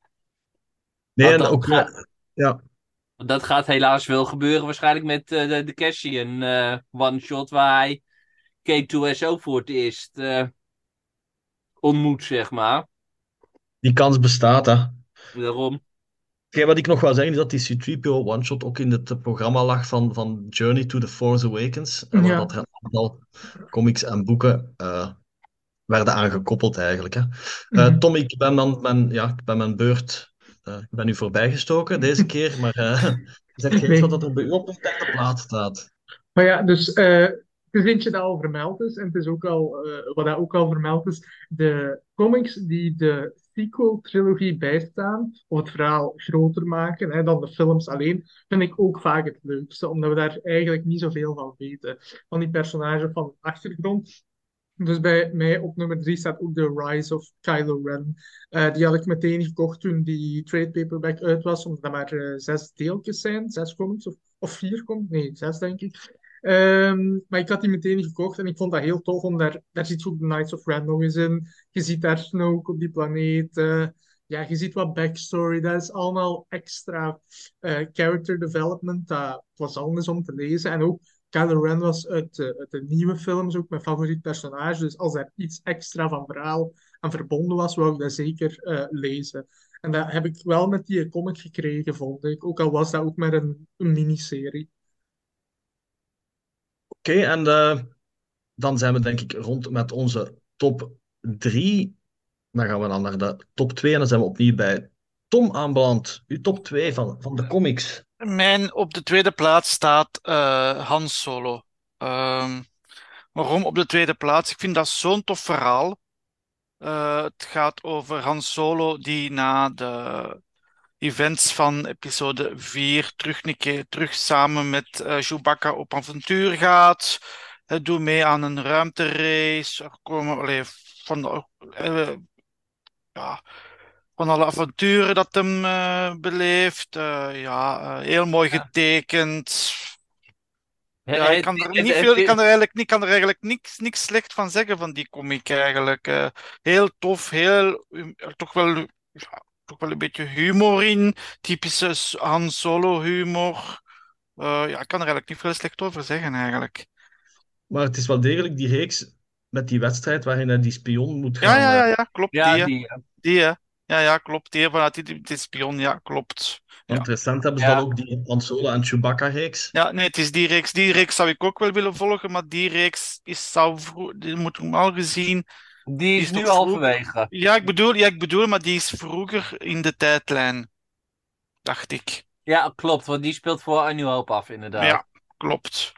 nee, Want en dat ook, gaat, eh, ja, dat gaat helaas wel gebeuren, waarschijnlijk met eh, de, de Cassian eh, one-shot, waar hij K twee S O voor het eerst eh, ontmoet, zeg maar. die kans bestaat, hè. Daarom. Hetgeen wat ik nog wil zeggen is dat die C drie P O one-shot ook in het programma lag van, van Journey to the Force Awakens, en waar dat Ja. er een aantal comics en boeken eh, werden aangekoppeld eigenlijk. Hè. Eh, Mhm. Tom, ik ben dan mijn, ja, ik ben mijn beurt, eh, ik ben u voorbijgestoken deze keer, maar eh zeg jij iets wat Nee. dat er bij u op de derde plaats staat? Maar ja, dus eh, het is eentje dat al vermeld is. En het is ook al, eh, wat dat ook al vermeld is. De comics die de sequel-trilogie bijstaan, of het verhaal groter maken hè, dan de films alleen, vind ik ook vaak het leukste. Omdat we daar eigenlijk niet zoveel van weten. Van die personages van de achtergrond. Dus bij mij op nummer drie staat ook The Rise of Kylo Ren. Eh, die had ik meteen gekocht toen die trade paperback uit was, omdat er maar eh, zes deeltjes zijn, zes comics of, of vier comics, nee, zes denk ik. Ehm, maar ik had die meteen gekocht en ik vond dat heel tof, omdat daar, daar zit ook de Knights of Ren nog eens in. Je ziet daar Snoke op die planeet. eh, ja, je ziet wat backstory. Dat is allemaal extra eh, character development. Dat was anders om te lezen. En ook Kylo Ren was uit, de- uit de nieuwe films ook mijn favoriet personage. Dus als er iets extra van verhaal aan verbonden was, wou ik dat zeker eh, lezen. En dat heb ik wel met die comic gekregen, vond ik. Ook al was dat ook maar een, een miniserie. Oké, en eh, dan zijn we denk ik rond met onze top drie. Dan gaan we dan naar de top twee en dan zijn we opnieuw bij Tom aanbeland. Uw top twee van, van de comics. Mijn op de tweede plaats staat eh Han Solo. Ehm, waarom op de tweede plaats? Ik vind dat zo'n tof verhaal. Eh, het gaat over Han Solo die na de events van episode vier terug, een keer, terug samen met eh Chewbacca op avontuur gaat. Hij doet mee aan een ruimterace. Er komen allee, van, de- eh, ja, van alle avonturen dat hem eh, beleeft. Eh, ja, eh, heel mooi Ja. getekend. Ja, ik Het, kan er het, niet het, veel, ik kan het- er eigenlijk, ik kan er eigenlijk niks, niks slecht van zeggen van die comic eigenlijk. Eh, heel tof, heel, hum- er toch wel, ja, toch wel een beetje humor in, typische S- Han Solo humor. Eh, ja, ik kan er eigenlijk niet veel slecht over zeggen eigenlijk. Maar het is wel degelijk die reeks met die wedstrijd waarin hij die spion moet Ja, gaan. ja, eh, ja, ja, klopt, ja, die, hè. die. Die, hè. Ja, ja, klopt, die vanuit die, die, die spion, ja, klopt. want Ja. recent hebben ze dan Ja, ook die Han Solo en Chewbacca-reeks. Ja, nee, het is die reeks. Die reeks zou ik ook wel willen volgen, maar die reeks is, zou vro- die moet ik normaal gezien, die die is is nu toch vroeg. halverwege. Ja, ik bedoel, ja, ik bedoel, maar die is vroeger in de tijdlijn, dacht ik. Ja, klopt, want die speelt voor A New Hope af, inderdaad. Ja, klopt.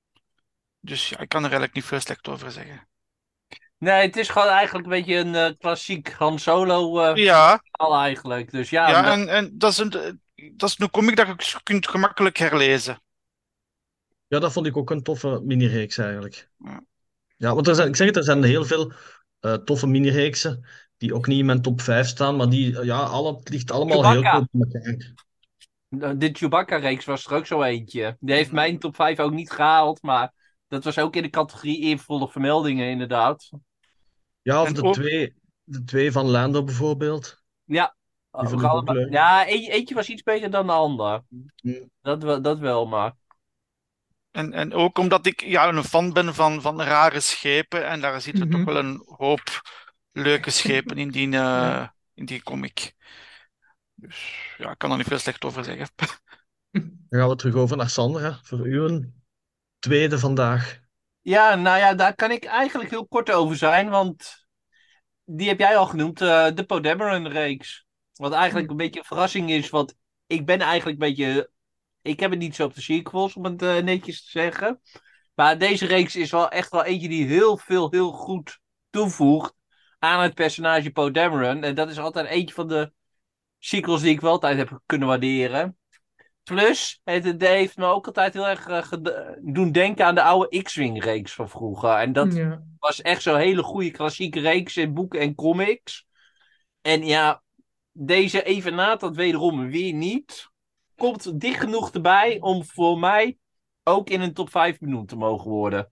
Dus ja, ik kan er eigenlijk niet veel slecht over zeggen. Nee, het is gewoon eigenlijk een beetje een eh, klassiek Han Solo eh Ja, verhaal eigenlijk. Dus ja, ja, omdat... en, en dat is een, dat is een comic dat je kunt gemakkelijk herlezen. Ja, dat vond ik ook een toffe mini-reeks eigenlijk. Ja. Ja, want er zijn, ik zeg het, er zijn heel veel eh, toffe mini-reeksen die ook niet in mijn top vijf staan, maar die, ja, alle, het ligt allemaal heel Chewbacca. goed bij elkaar. De Chewbacca-reeks was er ook zo eentje. Die heeft mijn top vijf ook niet gehaald, maar dat was ook in de categorie eervolle vermeldingen, inderdaad. Ja, of En de ook, twee, de twee van Lando bijvoorbeeld. Ja, Die we vond ik gaan ook hem- leuk. ja eentje, eentje was iets beter dan de ander. Hm. Dat, wel- dat wel, maar. en, en ook omdat ik ja, een fan ben van, van rare schepen. En daar zitten toch Mhm. wel een hoop leuke schepen in die, Ja. eh, in die comic. Dus ja, ik kan er niet veel slecht over zeggen. Dan gaan we terug over naar Sandra, voor uw tweede vandaag. Ja, nou ja, daar kan ik eigenlijk heel kort over zijn, want die heb jij al genoemd, eh, de Poe Dameron-reeks. Wat eigenlijk een beetje een verrassing is, want ik ben eigenlijk een beetje... Ik heb het niet zo op de sequels, om het eh, netjes te zeggen. Maar deze reeks is wel echt wel eentje die heel veel, heel goed toevoegt aan het personage Poe Dameron. En dat is altijd eentje van de sequels die ik wel altijd heb kunnen waarderen. Plus, het, het heeft me ook altijd heel erg eh, ged- doen denken aan de oude X-Wing-reeks van vroeger. En dat Ja. was echt zo'n hele goede klassieke reeks in boeken en comics. En ja, deze evenaart dat wederom weer niet. Komt dicht genoeg erbij om voor mij ook in een top vijf benoemd te mogen worden.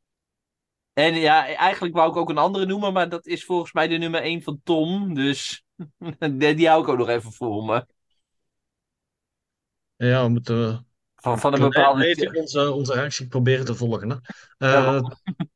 En ja, eigenlijk wou ik ook een andere noemen, maar dat is volgens mij de nummer één van Tom. Dus die, die hou ik ook nog even voor me. Ja, we moeten Van, van een een klein bepaalde... beetje onze, onze reactie proberen te volgen. Hè. Ja, Eh,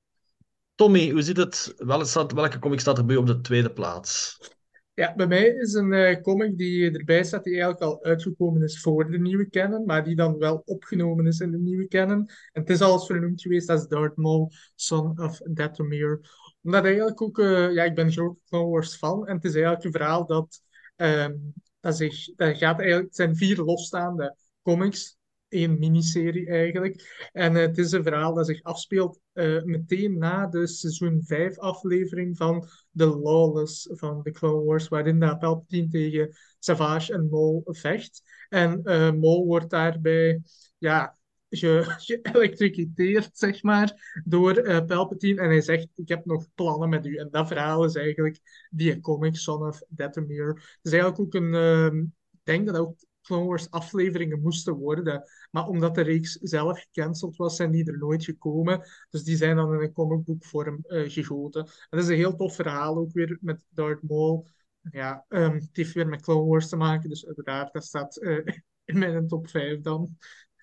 Tommy, hoe zit het? Wel, staat, welke comic staat er bij u op de tweede plaats? Ja, bij mij is een eh, comic die erbij staat, die eigenlijk al uitgekomen is voor de nieuwe canon, maar die dan wel opgenomen is in de nieuwe canon. En het is al eens vernoemd geweest als Darth Maul, Son of Dathomir. Omdat eigenlijk ook, eh, ja, ik ben een groot Clone Wars fan, en het is eigenlijk een verhaal dat, ehm, dat, zich, dat gaat eigenlijk, het zijn vier losstaande comics, één miniserie eigenlijk. En eh, het is een verhaal dat zich afspeelt eh, meteen na de seizoen vijf aflevering van de Lawless van de Clone Wars, waarin dat Palpatine tegen Savage en Maul vecht. En eh Maul wordt daarbij ja, ge geëlectrocuteerd, zeg maar, door eh, Palpatine. En hij zegt, ik heb nog plannen met u. En dat verhaal is eigenlijk die comic, Son of Dathomir. Het is eigenlijk ook een... ehm, ik denk dat ook Clone Wars afleveringen moesten worden. Maar omdat de reeks zelf gecanceld was, zijn die er nooit gekomen. Dus die zijn dan in een comicboekvorm eh gegoten. Het is een heel tof verhaal, ook weer met Darth Maul. Ja, ehm, het heeft weer met Clone Wars te maken, dus uiteraard, dat staat eh, in mijn top vijf dan.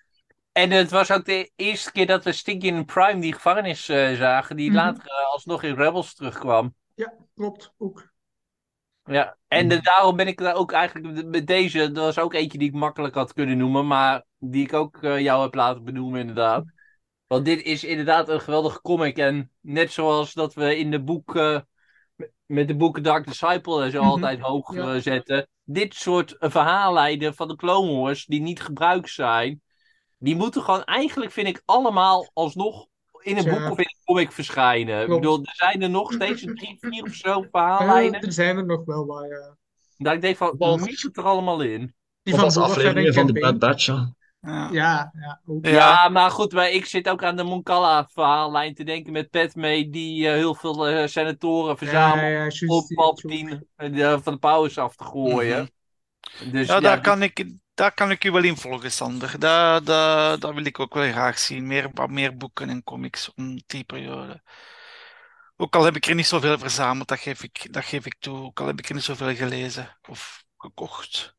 en het was ook de eerste keer dat we Stinky in Prime die gevangenis eh, zagen, die Mhm. later eh, alsnog in Rebels terugkwam. Ja, klopt, ook. Ja, en eh, daarom ben ik daar ook eigenlijk met deze, dat was ook eentje die ik makkelijk had kunnen noemen, maar die ik ook eh, jou heb laten benoemen, inderdaad. Want dit is inderdaad een geweldige comic. En net zoals dat we in de boek, eh, met de boeken Dark Disciple en zo Mhm. altijd hoog Ja. eh, zetten. Dit soort eh, verhaallijnen van de Clone Wars, die niet gebruikt zijn, die moeten gewoon eigenlijk, vind ik, allemaal alsnog in een Tja. boek of in een comic verschijnen. Ik Klopt. bedoel, er zijn er nog steeds een drie, vier of zo Eh, verhaallijnen. er zijn er nog wel wat, ja. Dat ik denk van, Wat? moet het er allemaal in? Die Of van als Boba Fett en afleveringen van de Campaign. Bad Batch, ja. Ja. Ja, ja, ook. Ja. Ja, maar goed, maar ik zit ook aan de Moncala verhaallijn te denken met Padme, die eh, heel veel eh, senatoren Ja, verzamelt ja, juist, om die- Palpatine eh, de- van de powers af te gooien. Mhm. Dus Ja, ja, daar die- kan ik, daar kan ik u wel in volgen, Sander. Dat, dat, dat wil ik ook wel graag zien. Meer, wat meer boeken en comics om die periode. Ook al heb ik er niet zoveel verzameld, dat geef ik, dat geef ik toe. Ook al heb ik er niet zoveel gelezen of gekocht.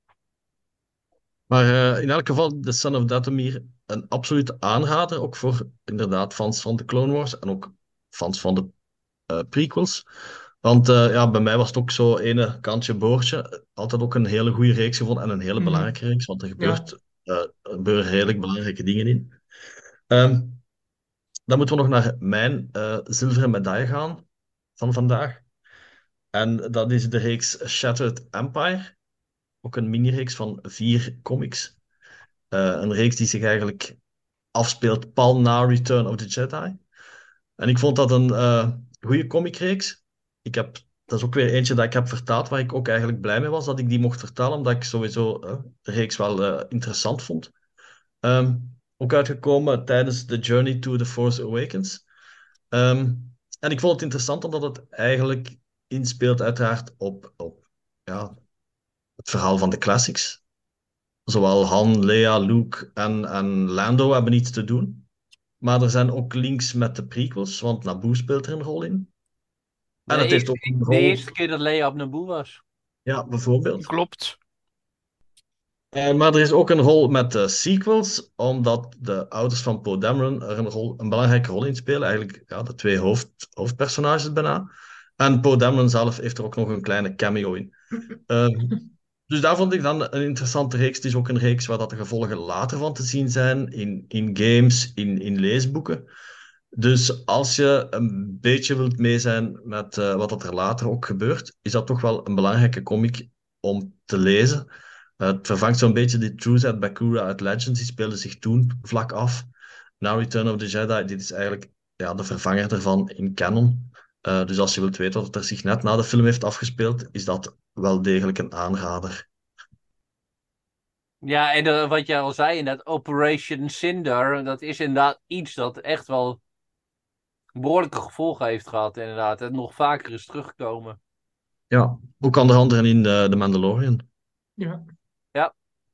Maar eh, in elk geval, The Son of Dathomir, een absolute aanrader. Ook voor inderdaad fans van de Clone Wars en ook fans van de eh, prequels. Want eh, ja, bij mij was het ook zo ene kantje boordje. Altijd ook een hele goede reeks gevonden en een hele Mhm. belangrijke reeks, want er Ja. gebeurt, eh, er gebeuren redelijk belangrijke dingen in. Ehm, dan moeten we nog naar mijn eh, zilveren medaille gaan van vandaag. En dat is de reeks Shattered Empire. Ook een mini-reeks van vier comics. Eh, een reeks die zich eigenlijk afspeelt pal na Return of the Jedi. En ik vond dat een eh goede comicreeks. Ik heb, dat is ook weer eentje dat ik heb vertaald, waar ik ook eigenlijk blij mee was dat ik die mocht vertalen, omdat ik sowieso eh, de reeks wel eh, interessant vond. Ehm, ook uitgekomen tijdens The Journey to the Force Awakens. Ehm, en ik vond het interessant omdat het eigenlijk inspeelt uiteraard op, op ja, het verhaal van de classics. Zowel Han, Leia, Luke en, en Lando hebben iets te doen. Maar er zijn ook links met de prequels, want Naboo speelt er een rol in. De En het heeft eerste, ook een de rol, eerste keer dat Leia op Naboo was. ja, bijvoorbeeld. Klopt. Eh, maar er is ook een rol met de sequels, omdat de ouders van Poe Dameron er een, rol, een belangrijke rol in spelen. Eigenlijk ja, de twee hoofd, hoofdpersonages bijna. En Poe Dameron zelf heeft er ook nog een kleine cameo in. Ehm, dus daar vond ik dan een interessante reeks. Het is ook een reeks waar dat de gevolgen later van te zien zijn, in, in games, in, in leesboeken. Dus als je een beetje wilt mee zijn met eh, wat dat er later ook gebeurt, is dat toch wel een belangrijke comic om te lezen. Eh, het vervangt zo'n beetje die Truth at Bakura uit Legends, die speelde zich toen vlak af. Now Return of the Jedi, dit is eigenlijk ja, de vervanger ervan in canon. Eh, dus als je wilt weten wat er zich net na de film heeft afgespeeld, is dat wel degelijk een aanrader. Ja, en eh, wat jij al zei, inderdaad, Operation Cinder, dat is inderdaad iets dat echt wel behoorlijke gevolgen heeft gehad, inderdaad. En nog vaker is teruggekomen. Ja, ook onder andere in de, de Mandalorian. Ja. Ja,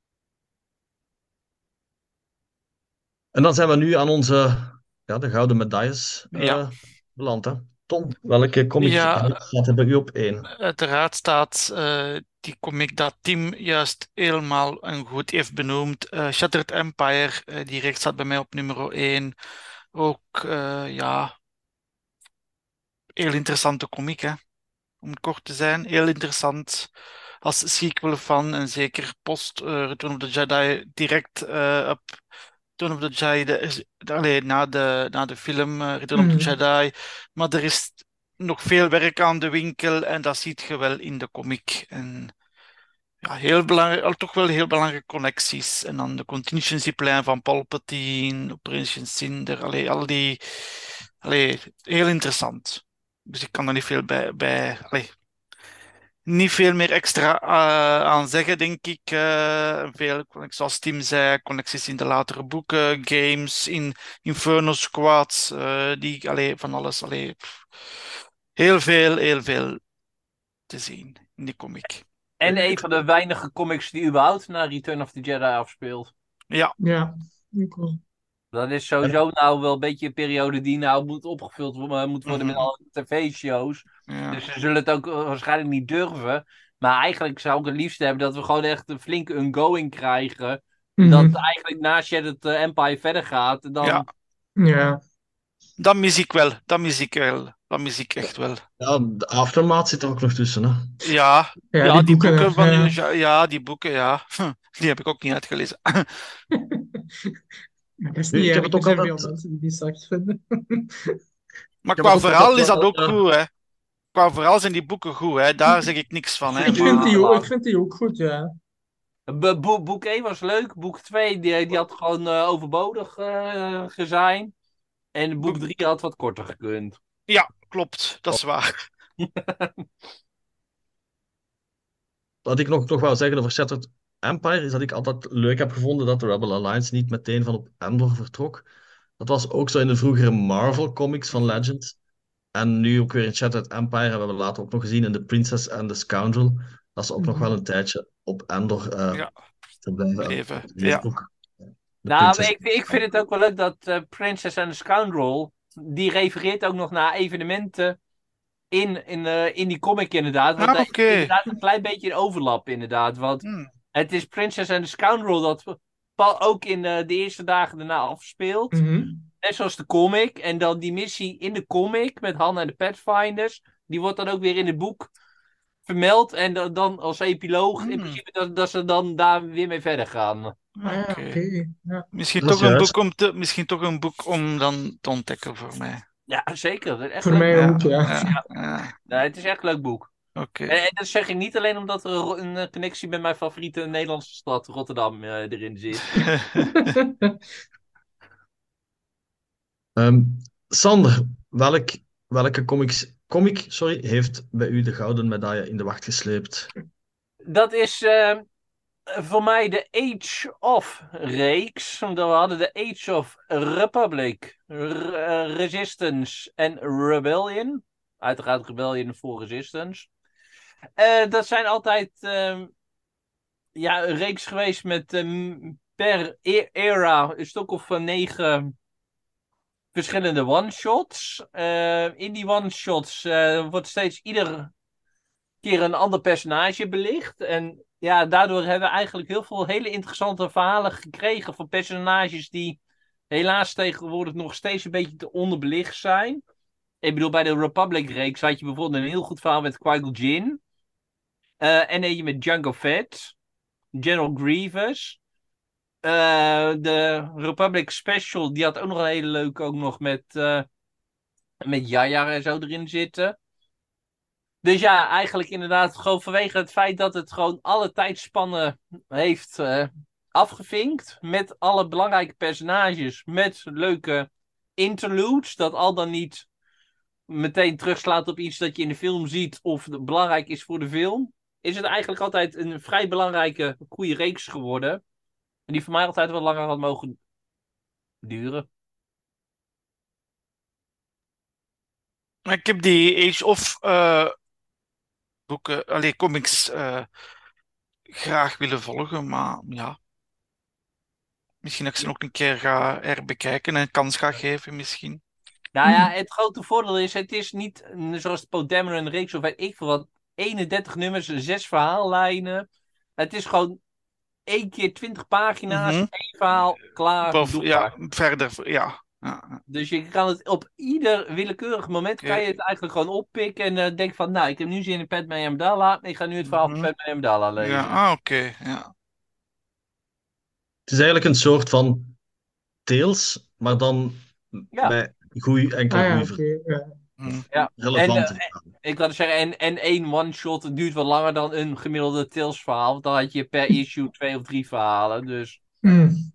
En dan zijn we nu aan onze ja, de gouden medailles eh, Ja. beland. Hè? Tom, welke comic Ja. staat er bij u op één? Uiteraard staat eh, die comic dat Tim juist helemaal en goed heeft benoemd. eh, Shattered Empire, eh, die reeks staat bij mij op nummer één. Ook, eh, ja, heel interessante comic, hè. Om het kort te zijn. Heel interessant als sequel van, en zeker post eh, Return of the Jedi, direct eh, op Return of the Jedi, de, de- allee, na de, na de film eh, Return of the Mhm. Jedi. Maar er is nog veel werk aan de winkel en dat ziet je wel in de comic. En ja, heel belangrijk, al toch wel heel belangrijke connecties. En dan de contingency plan van Palpatine, Operation Cinder, allee, al die, allee, heel interessant. Dus ik kan er niet veel bij, bij allee, niet veel meer extra eh, aan zeggen, denk ik. Eh, veel, zoals Tim zei, connecties in de latere boeken, games, in Inferno Squad, eh, die, allee, van alles, allee, pff. Heel veel, heel veel te zien in die comic. en een van de weinige comics die überhaupt naar Return of the Jedi afspeelt. Ja, Ja. Ook wel. Dat is sowieso nou wel een beetje een periode die nou moet opgevuld wo- eh, moet worden met Mhm. alle tv-shows. ja. Dus ze zullen het ook eh, waarschijnlijk niet durven. Maar eigenlijk zou ik het liefst hebben dat we gewoon echt een flinke ongoing krijgen. Mhm. Dat eigenlijk na Shattered eh, Empire verder gaat. En dan, Ja. Ja. Dat mis ik wel, dat mis ik wel, dat mis ik echt wel. Ja, de Aftermath zit er ook nog tussen. Hè? Ja, Ja, ja, die die boeken, boeken van, ja. ja, ja, die boeken, ja. Die heb ik ook niet uitgelezen. Maar dat is Nu, niet ik heb erg. het Er ook zijn veel altijd. mensen die die slecht vinden. Maar heb qua het ook verhaal altijd is dat wel, ook eh, goed, hè. Qua verhaal zijn die boeken goed, hè. Daar zeg ik niks van, hè. Ik vind Maar die, ook- ik vind die ook goed, ja. Bo- bo- boek één was leuk. Boek twee die, die had gewoon eh, overbodig eh gezien. En boek drie had wat korter gekund. ja, klopt, dat is waar. Wat ik nog, nog wou zeggen over Shattered Empire, is dat ik altijd leuk heb gevonden dat de Rebel Alliance niet meteen van op Endor vertrok. Dat was ook zo in de vroegere Marvel comics van Legends. En nu ook weer in Shattered Empire hebben we later ook nog gezien in The Princess and the Scoundrel, dat ze ook nog Mhm. wel een tijdje op Endor eh, Ja. te blijven Leven, updaten. ja. Ook de Nou, Princess. ik, ik vind het ook wel leuk dat eh, Princess and the Scoundrel, die refereert ook nog naar evenementen in, in, eh, in die comic inderdaad. Want Ah, daar is oké. inderdaad een klein beetje een overlap inderdaad. Want Hmm. het is Princess and the Scoundrel dat pa- ook in eh, de eerste dagen daarna afspeelt. Mhm. Net zoals de comic. En dan die missie in de comic met Hannah en de Pathfinders. Die wordt dan ook weer in het boek vermeld. En dan, dan als epiloog in Hmm. principe dat, dat ze dan daar weer mee verder gaan. Ah ja, Oké. oké. Ja. Misschien Dat is toch een juist. boek om te, misschien toch een boek om dan te ontdekken voor mij. Ja, zeker. Dat is echt Voor leuk. mij Ja, ook, ja. ja, ja. Nee, het is echt een leuk boek. Oké. En, en dat zeg ik niet alleen omdat er een, een connectie met mijn favoriete Nederlandse stad, Rotterdam, eh, erin zit. Ehm, Sander, welk, welke comics, comic sorry, heeft bij u de gouden medaille in de wacht gesleept? Dat is eh, voor mij de Age of reeks. We hadden de Age of Republic, Re- eh, Resistance en Rebellion. Uiteraard Rebellion voor Resistance. Eh, dat zijn altijd ehm, ja, een reeks geweest met ehm, per e- era een stuk of eh, negen verschillende one-shots. Eh, in die one-shots eh, wordt steeds ieder keer een ander personage belicht. En ja, daardoor hebben we eigenlijk heel veel hele interessante verhalen gekregen van personages die helaas tegenwoordig nog steeds een beetje te onderbelicht zijn. Ik bedoel, bij de Republic-reeks had je bijvoorbeeld een heel goed verhaal met Qui-Gon Jinn. Eh, en eentje met Jango Fett, General Grievous. Eh, de Republic Special, die had ook nog een hele leuke, ook nog met, eh met Jaja en zo erin zitten. Dus ja, eigenlijk inderdaad gewoon vanwege het feit dat het gewoon alle tijdspannen heeft eh, afgevinkt. Met alle belangrijke personages, met leuke interludes. Dat al dan niet meteen terugslaat op iets dat je in de film ziet of belangrijk is voor de film. Is het eigenlijk altijd een vrij belangrijke, goede reeks geworden. En die voor mij altijd wat langer had mogen duren. Maar ik heb die Age of eh, boeken, allee, comics eh, graag willen volgen, maar ja. Misschien dat ik ze ook een keer ga herbekijken en een kans ga geven, misschien. Nou ja, het grote voordeel is, het is niet eh, zoals de Poe Dameron reeks of weet ik veel wat, eenendertig nummers, zes verhaallijnen. Het is gewoon één keer twintig pagina's, Mhm. één verhaal, klaar, Bof, doe ja, maar. verder, ja. Ja, Dus je kan het op ieder willekeurig moment oké. kan je het eigenlijk gewoon oppikken en eh denk van, nou, ik heb nu zin in Padmé Amidala, ik ga nu het verhaal van Mhm. Padmé Amidala lezen. Ja, ah, oké, ja. Het is eigenlijk een soort van Tales, maar dan Ja, bij goeie, Ah enkele ja, goede, oké. ja. Hm. ja. En relevante eh, verhalen. ik wilde zeggen, en, en één one-shot duurt wat langer dan een gemiddelde Tales verhaal, want dan had je per issue twee of drie verhalen, dus... Mm.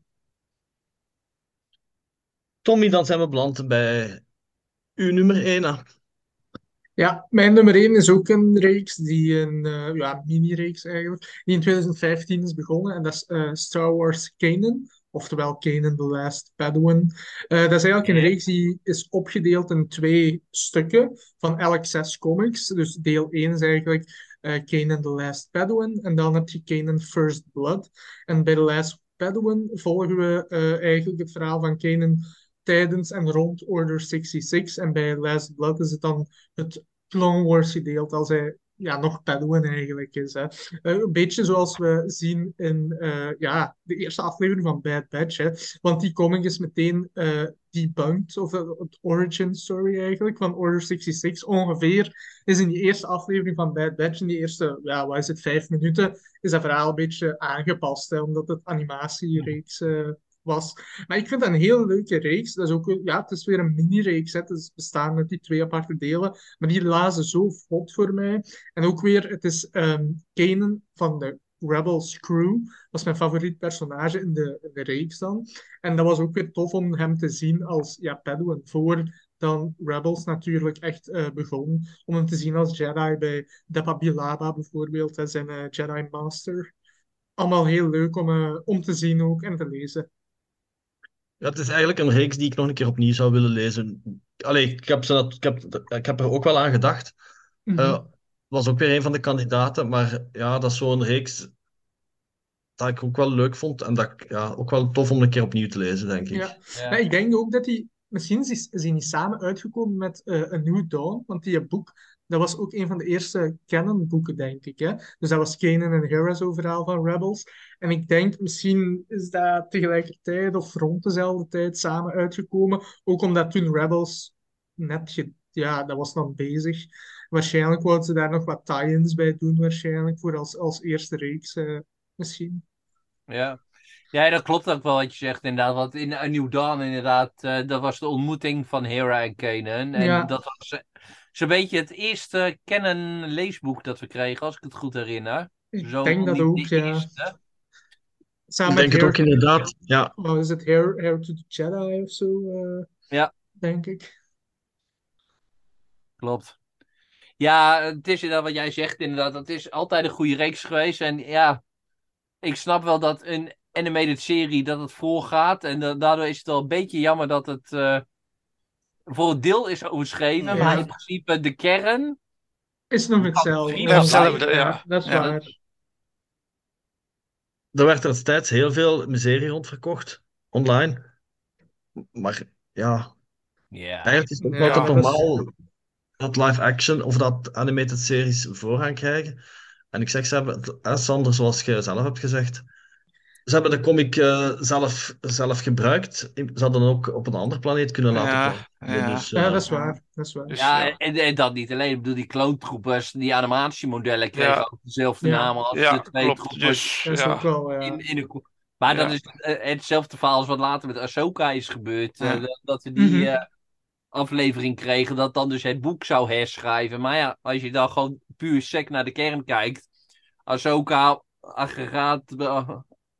Tommy, dan zijn we beland bij uw nummer één. Ja, mijn nummer één is ook een reeks, die een eh, ja, mini-reeks eigenlijk, die in twintig vijftien is begonnen. En dat is eh, Star Wars Kanan, oftewel Kanan the Last Padawan. Eh, dat is eigenlijk een Oké. reeks die is opgedeeld in twee stukken van elk zes comics. Dus deel één is eigenlijk eh Kanan the Last Padawan en dan heb je Kanan First Blood. En bij The Last Padawan volgen we eh, eigenlijk het verhaal van Kanan tijdens en rond Order zesenzestig. En bij Last Blood is het dan het Clone Wars gedeelte als hij ja, nog Padawan eigenlijk is. Hè. Eh, een beetje zoals we zien in eh, ja, de eerste aflevering van Bad Batch. Hè. Want die comic is meteen eh debunked, of eh, het origin story eigenlijk, van Order zesenzestig. Ongeveer is in die eerste aflevering van Bad Batch, in die eerste, ja, wat is het, vijf minuten, is dat verhaal een beetje aangepast, hè, omdat het animatiereeks eh, was. Maar ik vind dat een heel leuke reeks. Dat is ook, ja, het is weer een mini-reeks. Hè. Het is bestaan uit die twee aparte delen. Maar die lazen zo vlot voor mij. En ook weer, het is ehm Kanan van de Rebels crew. Dat is mijn favoriet personage in de, in de reeks dan. En dat was ook weer tof om hem te zien als ja, Padawan. Voor dan Rebels natuurlijk echt eh, begon. Om hem te zien als Jedi bij Depa Billaba bijvoorbeeld. Hè, zijn eh, Jedi Master. Allemaal heel leuk om, eh, om te zien ook en te lezen. Ja, het is eigenlijk een reeks die ik nog een keer opnieuw zou willen lezen. Allee, ik heb, ze dat, ik heb, ik heb er ook wel aan gedacht. Mhm. Eh, was ook weer een van de kandidaten, maar ja, dat is zo'n reeks. dat ik ook wel leuk vond en dat ik ja, ook wel tof om een keer opnieuw te lezen, denk ik. Ja. Ja. Maar ik denk ook dat die... Misschien is, is die niet samen uitgekomen met eh A New Dawn, want die boek, dat was ook een van de eerste canon-boeken, denk ik. Hè? Dus dat was Kanan en Hera's verhaal van Rebels. En ik denk, misschien is dat tegelijkertijd of rond dezelfde tijd samen uitgekomen. Ook omdat toen Rebels net... Ge, ja, dat was dan bezig. Waarschijnlijk wouden ze daar nog wat tie-ins bij doen, waarschijnlijk, voor als, als eerste reeks eh, misschien. Ja. Ja, dat klopt ook wel wat je zegt inderdaad. Want in A New Dawn inderdaad, eh, dat was de ontmoeting van Hera en Kanan. En Ja. dat was eh, zo'n beetje het eerste canon leesboek dat we kregen, als ik het goed herinner. Ik Zo denk dat niet ook, de ja. eerste. Samen Ik denk met het ook Hair, inderdaad. Ja, oh, is het Hair, Hair to the Jedi of zo, eh, Ja, denk ik. klopt. Ja, het is inderdaad wat jij zegt inderdaad. Het is altijd een goede reeks geweest. En ja, ik snap wel dat een animated serie dat het voorgaat. En da- daardoor is het wel een beetje jammer dat het eh, voor een deel is overschreven. Ja. Maar in principe de kern. Is nog Kan hetzelfde. drie Ja, hetzelfde, blijven. ja. Dat is Ja. waar. er werd er destijds heel veel miserie rond verkocht, online. Maar ja, Ja. eigenlijk is het ook Ja, altijd dat is- normaal dat live action of dat animated series voorrang krijgen. En ik zeg, ze hebben, het- hè, Sander, zoals je zelf hebt gezegd, ze hebben de comic eh, zelf, zelf gebruikt. Ze hadden ook op een andere planeet kunnen laten Ja, komen. ja. Dus, Ja, eh, dat is waar. Dat is waar. Dus Ja, ja. en, en dat niet alleen. Ik bedoel, die kloontroepers, die animatiemodellen kregen Ja. ook dezelfde Ja. namen als Ja, de twee klopt. troepers Dus Dat is ook ja. wel, ja. in, in de... ko- Maar dat Ja. is eh, hetzelfde verhaal als wat later met Ahsoka is gebeurd. eh, Ja. dat, dat we die Mhm. eh, aflevering kregen, dat dan dus het boek zou herschrijven. Maar ja, als je dan gewoon puur sec naar de kern kijkt. Ahsoka, aggregaat, eh,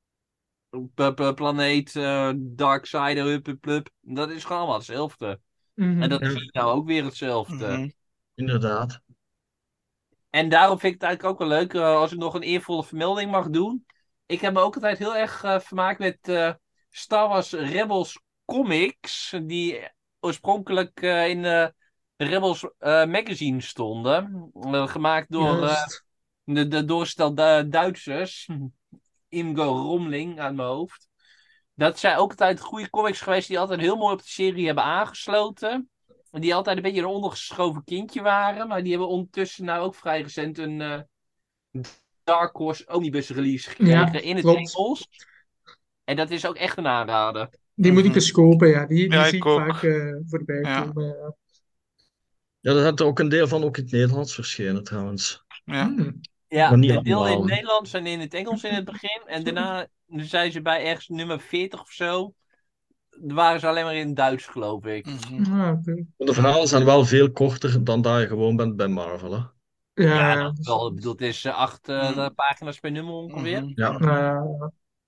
p- p- planeet, uh, Darksider, hup, hup, hup. Dat is gewoon allemaal hetzelfde. Mhm. En dat Ja. is hier nou ook weer hetzelfde. Mhm. inderdaad. En daarom vind ik het eigenlijk ook wel leuk eh, als ik nog een eervolle vermelding mag doen. Ik heb me ook altijd heel erg eh, vermaakt met eh, Star Wars Rebels comics. Die oorspronkelijk eh, in eh, de Rebels eh, magazine stonden. Eh, gemaakt door eh, Juist. de, de doorstel Du- Duitsers. Ingo Romling uit mijn hoofd. Dat zijn ook altijd goede comics geweest die altijd heel mooi op de serie hebben aangesloten. En die altijd een beetje een ondergeschoven kindje waren. Maar die hebben ondertussen nou ook vrij recent een eh, Dark Horse Omnibus release gekregen Ja, in het klopt. Engels. En dat is ook echt een aanrader. Die moet ik Mhm. eens kopen, ja. Die, die Ja, zie ik ik ook. vaak eh, voorbij Ja. komen. Ja. Ja, er had er ook een deel van ook in het Nederlands verschenen trouwens. Ja. Hmm. Ja, Maar niet een deel in allemaal. het Nederlands en in het Engels in het begin. En daarna zijn ze bij ergens nummer veertig of zo. Waren ze alleen maar in het Duits, geloof ik. Mhm. Ah, oké. Maar de verhalen zijn wel veel korter dan dat je gewoon bent bij Marvel. Hè? Ja, Ja, ja, dat dus- wel. Ik bedoel, het is eh, acht eh, Mhm. pagina's per nummer ongeveer. Mhm. Ja. Mhm. ah,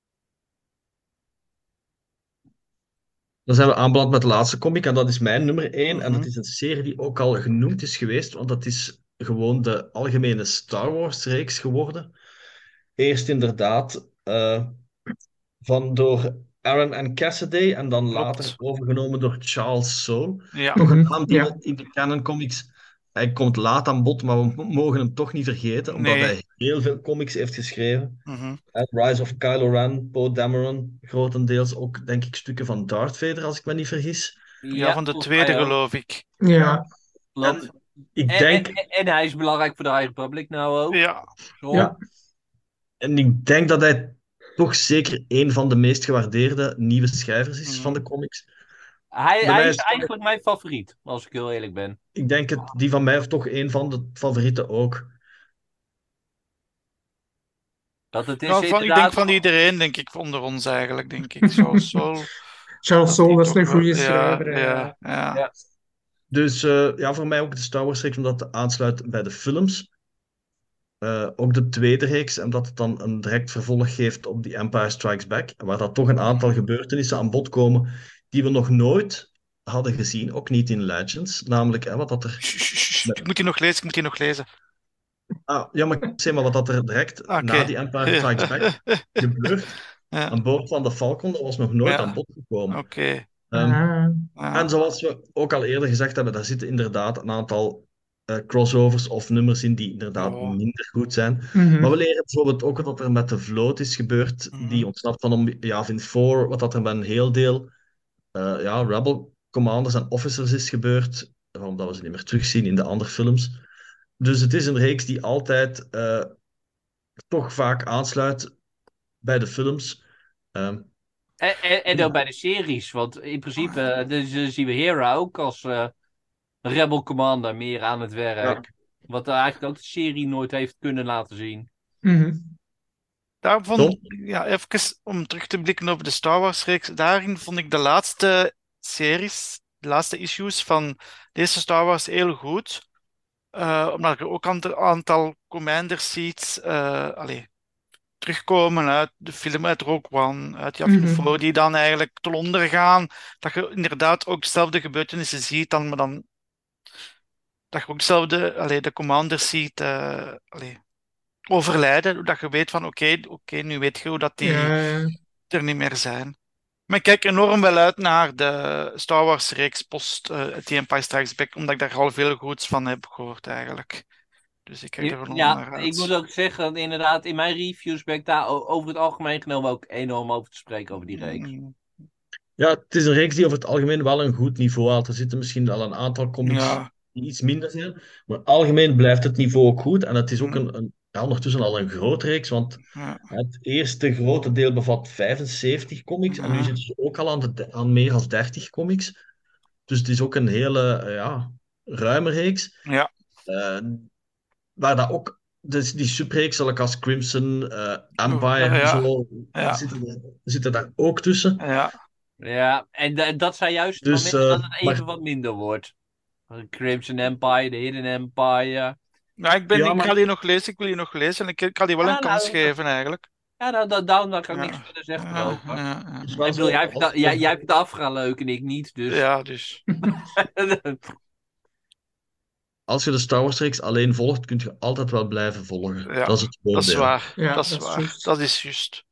Dan zijn we aanbeland met de laatste comic en dat is mijn nummer één. En dat Mhm. is een serie die ook al genoemd is geweest, want dat is gewoon de algemene Star Wars reeks geworden. Eerst inderdaad eh, van door Aaron en Cassidy en dan Klopt. later overgenomen door Charles Soule. Ja. Nog een Mhm, naam die ja. in de canon comics, hij komt laat aan bod, maar we mogen hem toch niet vergeten, omdat Nee. hij heel veel comics heeft geschreven. Mhm. Eh, Rise of Kylo Ren, Poe Dameron, grotendeels ook, denk ik, stukken van Darth Vader, als ik me niet vergis. Ja, van de volgens tweede mij ook. geloof ik. Ja, Klopt. Ik En, denk, en, en hij is belangrijk voor de High Republic nou ook. Ja. Zo. ja. en ik denk dat hij toch zeker een van de meest gewaardeerde nieuwe schrijvers is Mhm. van de comics. Hij, Bij hij mij is is- eigenlijk mijn favoriet, als ik heel eerlijk ben. Ik denk het, die van mij is toch een van de favorieten ook. Dat het is Nou, van, ik inderdaad... denk van iedereen, denk ik, onder ons eigenlijk, denk ik. Zoals Sol. Charles Soule, dat is een toch wel- goede ja, schrijver. hè. Ja, ja. Ja. Dus eh, ja, voor mij ook de Star Wars reeks, omdat het aansluit bij de films. Eh, ook de tweede reeks, omdat het dan een direct vervolg geeft op The Empire Strikes Back. Waar dat toch een aantal gebeurtenissen aan bod komen die we nog nooit hadden gezien, ook niet in Legends. Namelijk, hè, wat dat er... Sst, sst, sst, Ik moet die nog lezen, ik moet die nog lezen. Ah, ja, maar ik zeg maar wat dat er direct Oké. na The Empire Strikes Back gebeurt Ja, aan boord van de Falcon, dat was nog nooit Ja. aan bod gekomen. oké. Ehm, Ah, Ja. En zoals we ook al eerder gezegd hebben, daar zitten inderdaad een aantal eh, crossovers of nummers in die inderdaad Ja. minder goed zijn. Mhm. Maar we leren bijvoorbeeld ook wat er met de vloot is gebeurd, Mhm. die ontsnapt van om, ja, in vier, wat dat er met een heel deel eh, ja, Rebel commanders en officers is gebeurd, waarom dat we ze niet meer terugzien in de andere films. Dus het is een reeks die altijd eh, toch vaak aansluit bij de films. Ehm, En, en, en ook bij de series, want in principe eh, dus, eh, zien we Hera ook als eh, Rebel Commander meer aan het werk. Wat eigenlijk ook de serie nooit heeft kunnen laten zien. Mhm. Daar vond, Tom? ja, even om terug te blikken op de Star Wars-reeks. Daarin vond ik de laatste series, de laatste issues van deze Star Wars heel goed. Eh, omdat je ook een aantal commanders ziet eh, allee, terugkomen uit de film, uit Rogue One, uit Yavin Mhm. four, die dan eigenlijk ten onder gaan. Dat je inderdaad ook dezelfde gebeurtenissen ziet, dan, maar dan dat je ook dezelfde, allee, de commanders ziet eh, allee, overlijden. Dat je weet van oké, oké, nu weet je hoe dat die Ja, ja. er niet meer zijn. Maar ik kijk enorm wel uit naar de Star Wars-reeks post uh, The Empire Strikes Back, omdat ik daar al veel goeds van heb gehoord eigenlijk. Dus ik kijk er enorm Ja, naar uit. ik moet ook zeggen, inderdaad, in mijn reviews ben ik daar o- over het algemeen genomen ook enorm over te spreken over die reeks. Mm, Ja, het is een reeks die over het algemeen wel een goed niveau haalt. Er zitten misschien wel een aantal comics Ja, die iets minder zijn, maar algemeen blijft het niveau ook goed. En het is ook mm, een, een, ja, ondertussen al een groot reeks, want ja, het eerste grote deel bevat vijfenzeventig comics en nu ja, zitten ze ook al aan, de, aan meer dan dertig comics. Dus het is ook een hele eh, ja, ruime reeks. ja, eh, waar dat ook, dus die subreeks, zoals als Crimson, eh, oh, Empire ja, en ja, zo, ja, zitten, er- zitten daar ook tussen. ja. Ja, en da- dat zijn juist de Dus, momenten eh, dat het even maar, wat minder wordt. Crimson Empire, de Hidden Empire. Ja, ik, ben, ja, ik maar ga die nog lezen, ik wil die nog lezen en ik, ik ga die wel een Ja, kans nou, geven eigenlijk. ja, nou, da- daarom daar kan ik niks Ja, verder zeggen ja, erover. ja, ja. het is Ik wel bedoel, zo, jij vindt, als dat, jij, je, jij vindt de afgaan leuk en ik niet, dus... Ja, dus. als je de Star Wars reeks alleen volgt, kun je altijd wel blijven volgen. Ja, Dat is het dat is voordeel. waar. Ja, Dat is dat is waar. juist. Dat is juist.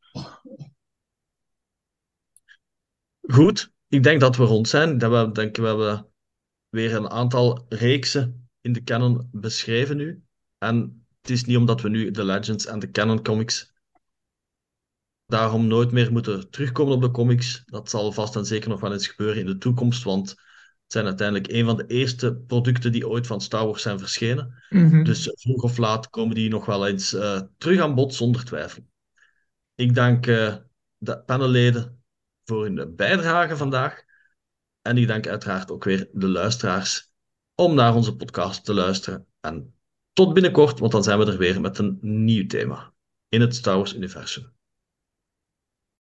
Goed, ik denk dat we rond zijn. Dat we, denk, we hebben weer een aantal reeksen in de canon beschreven nu. En het is niet omdat we nu de Legends en de canon comics daarom nooit meer moeten terugkomen op de comics. Dat zal vast en zeker nog wel eens gebeuren in de toekomst, want het zijn uiteindelijk een van de eerste producten die ooit van Star Wars zijn verschenen. Mhm. Dus vroeg of laat komen die nog wel eens eh, terug aan bod, zonder twijfel. Ik dank eh, de panelleden voor hun bijdrage vandaag. En ik dank uiteraard ook weer de luisteraars om naar onze podcast te luisteren. En tot binnenkort, want dan zijn we er weer met een nieuw thema in het Star Wars-universum.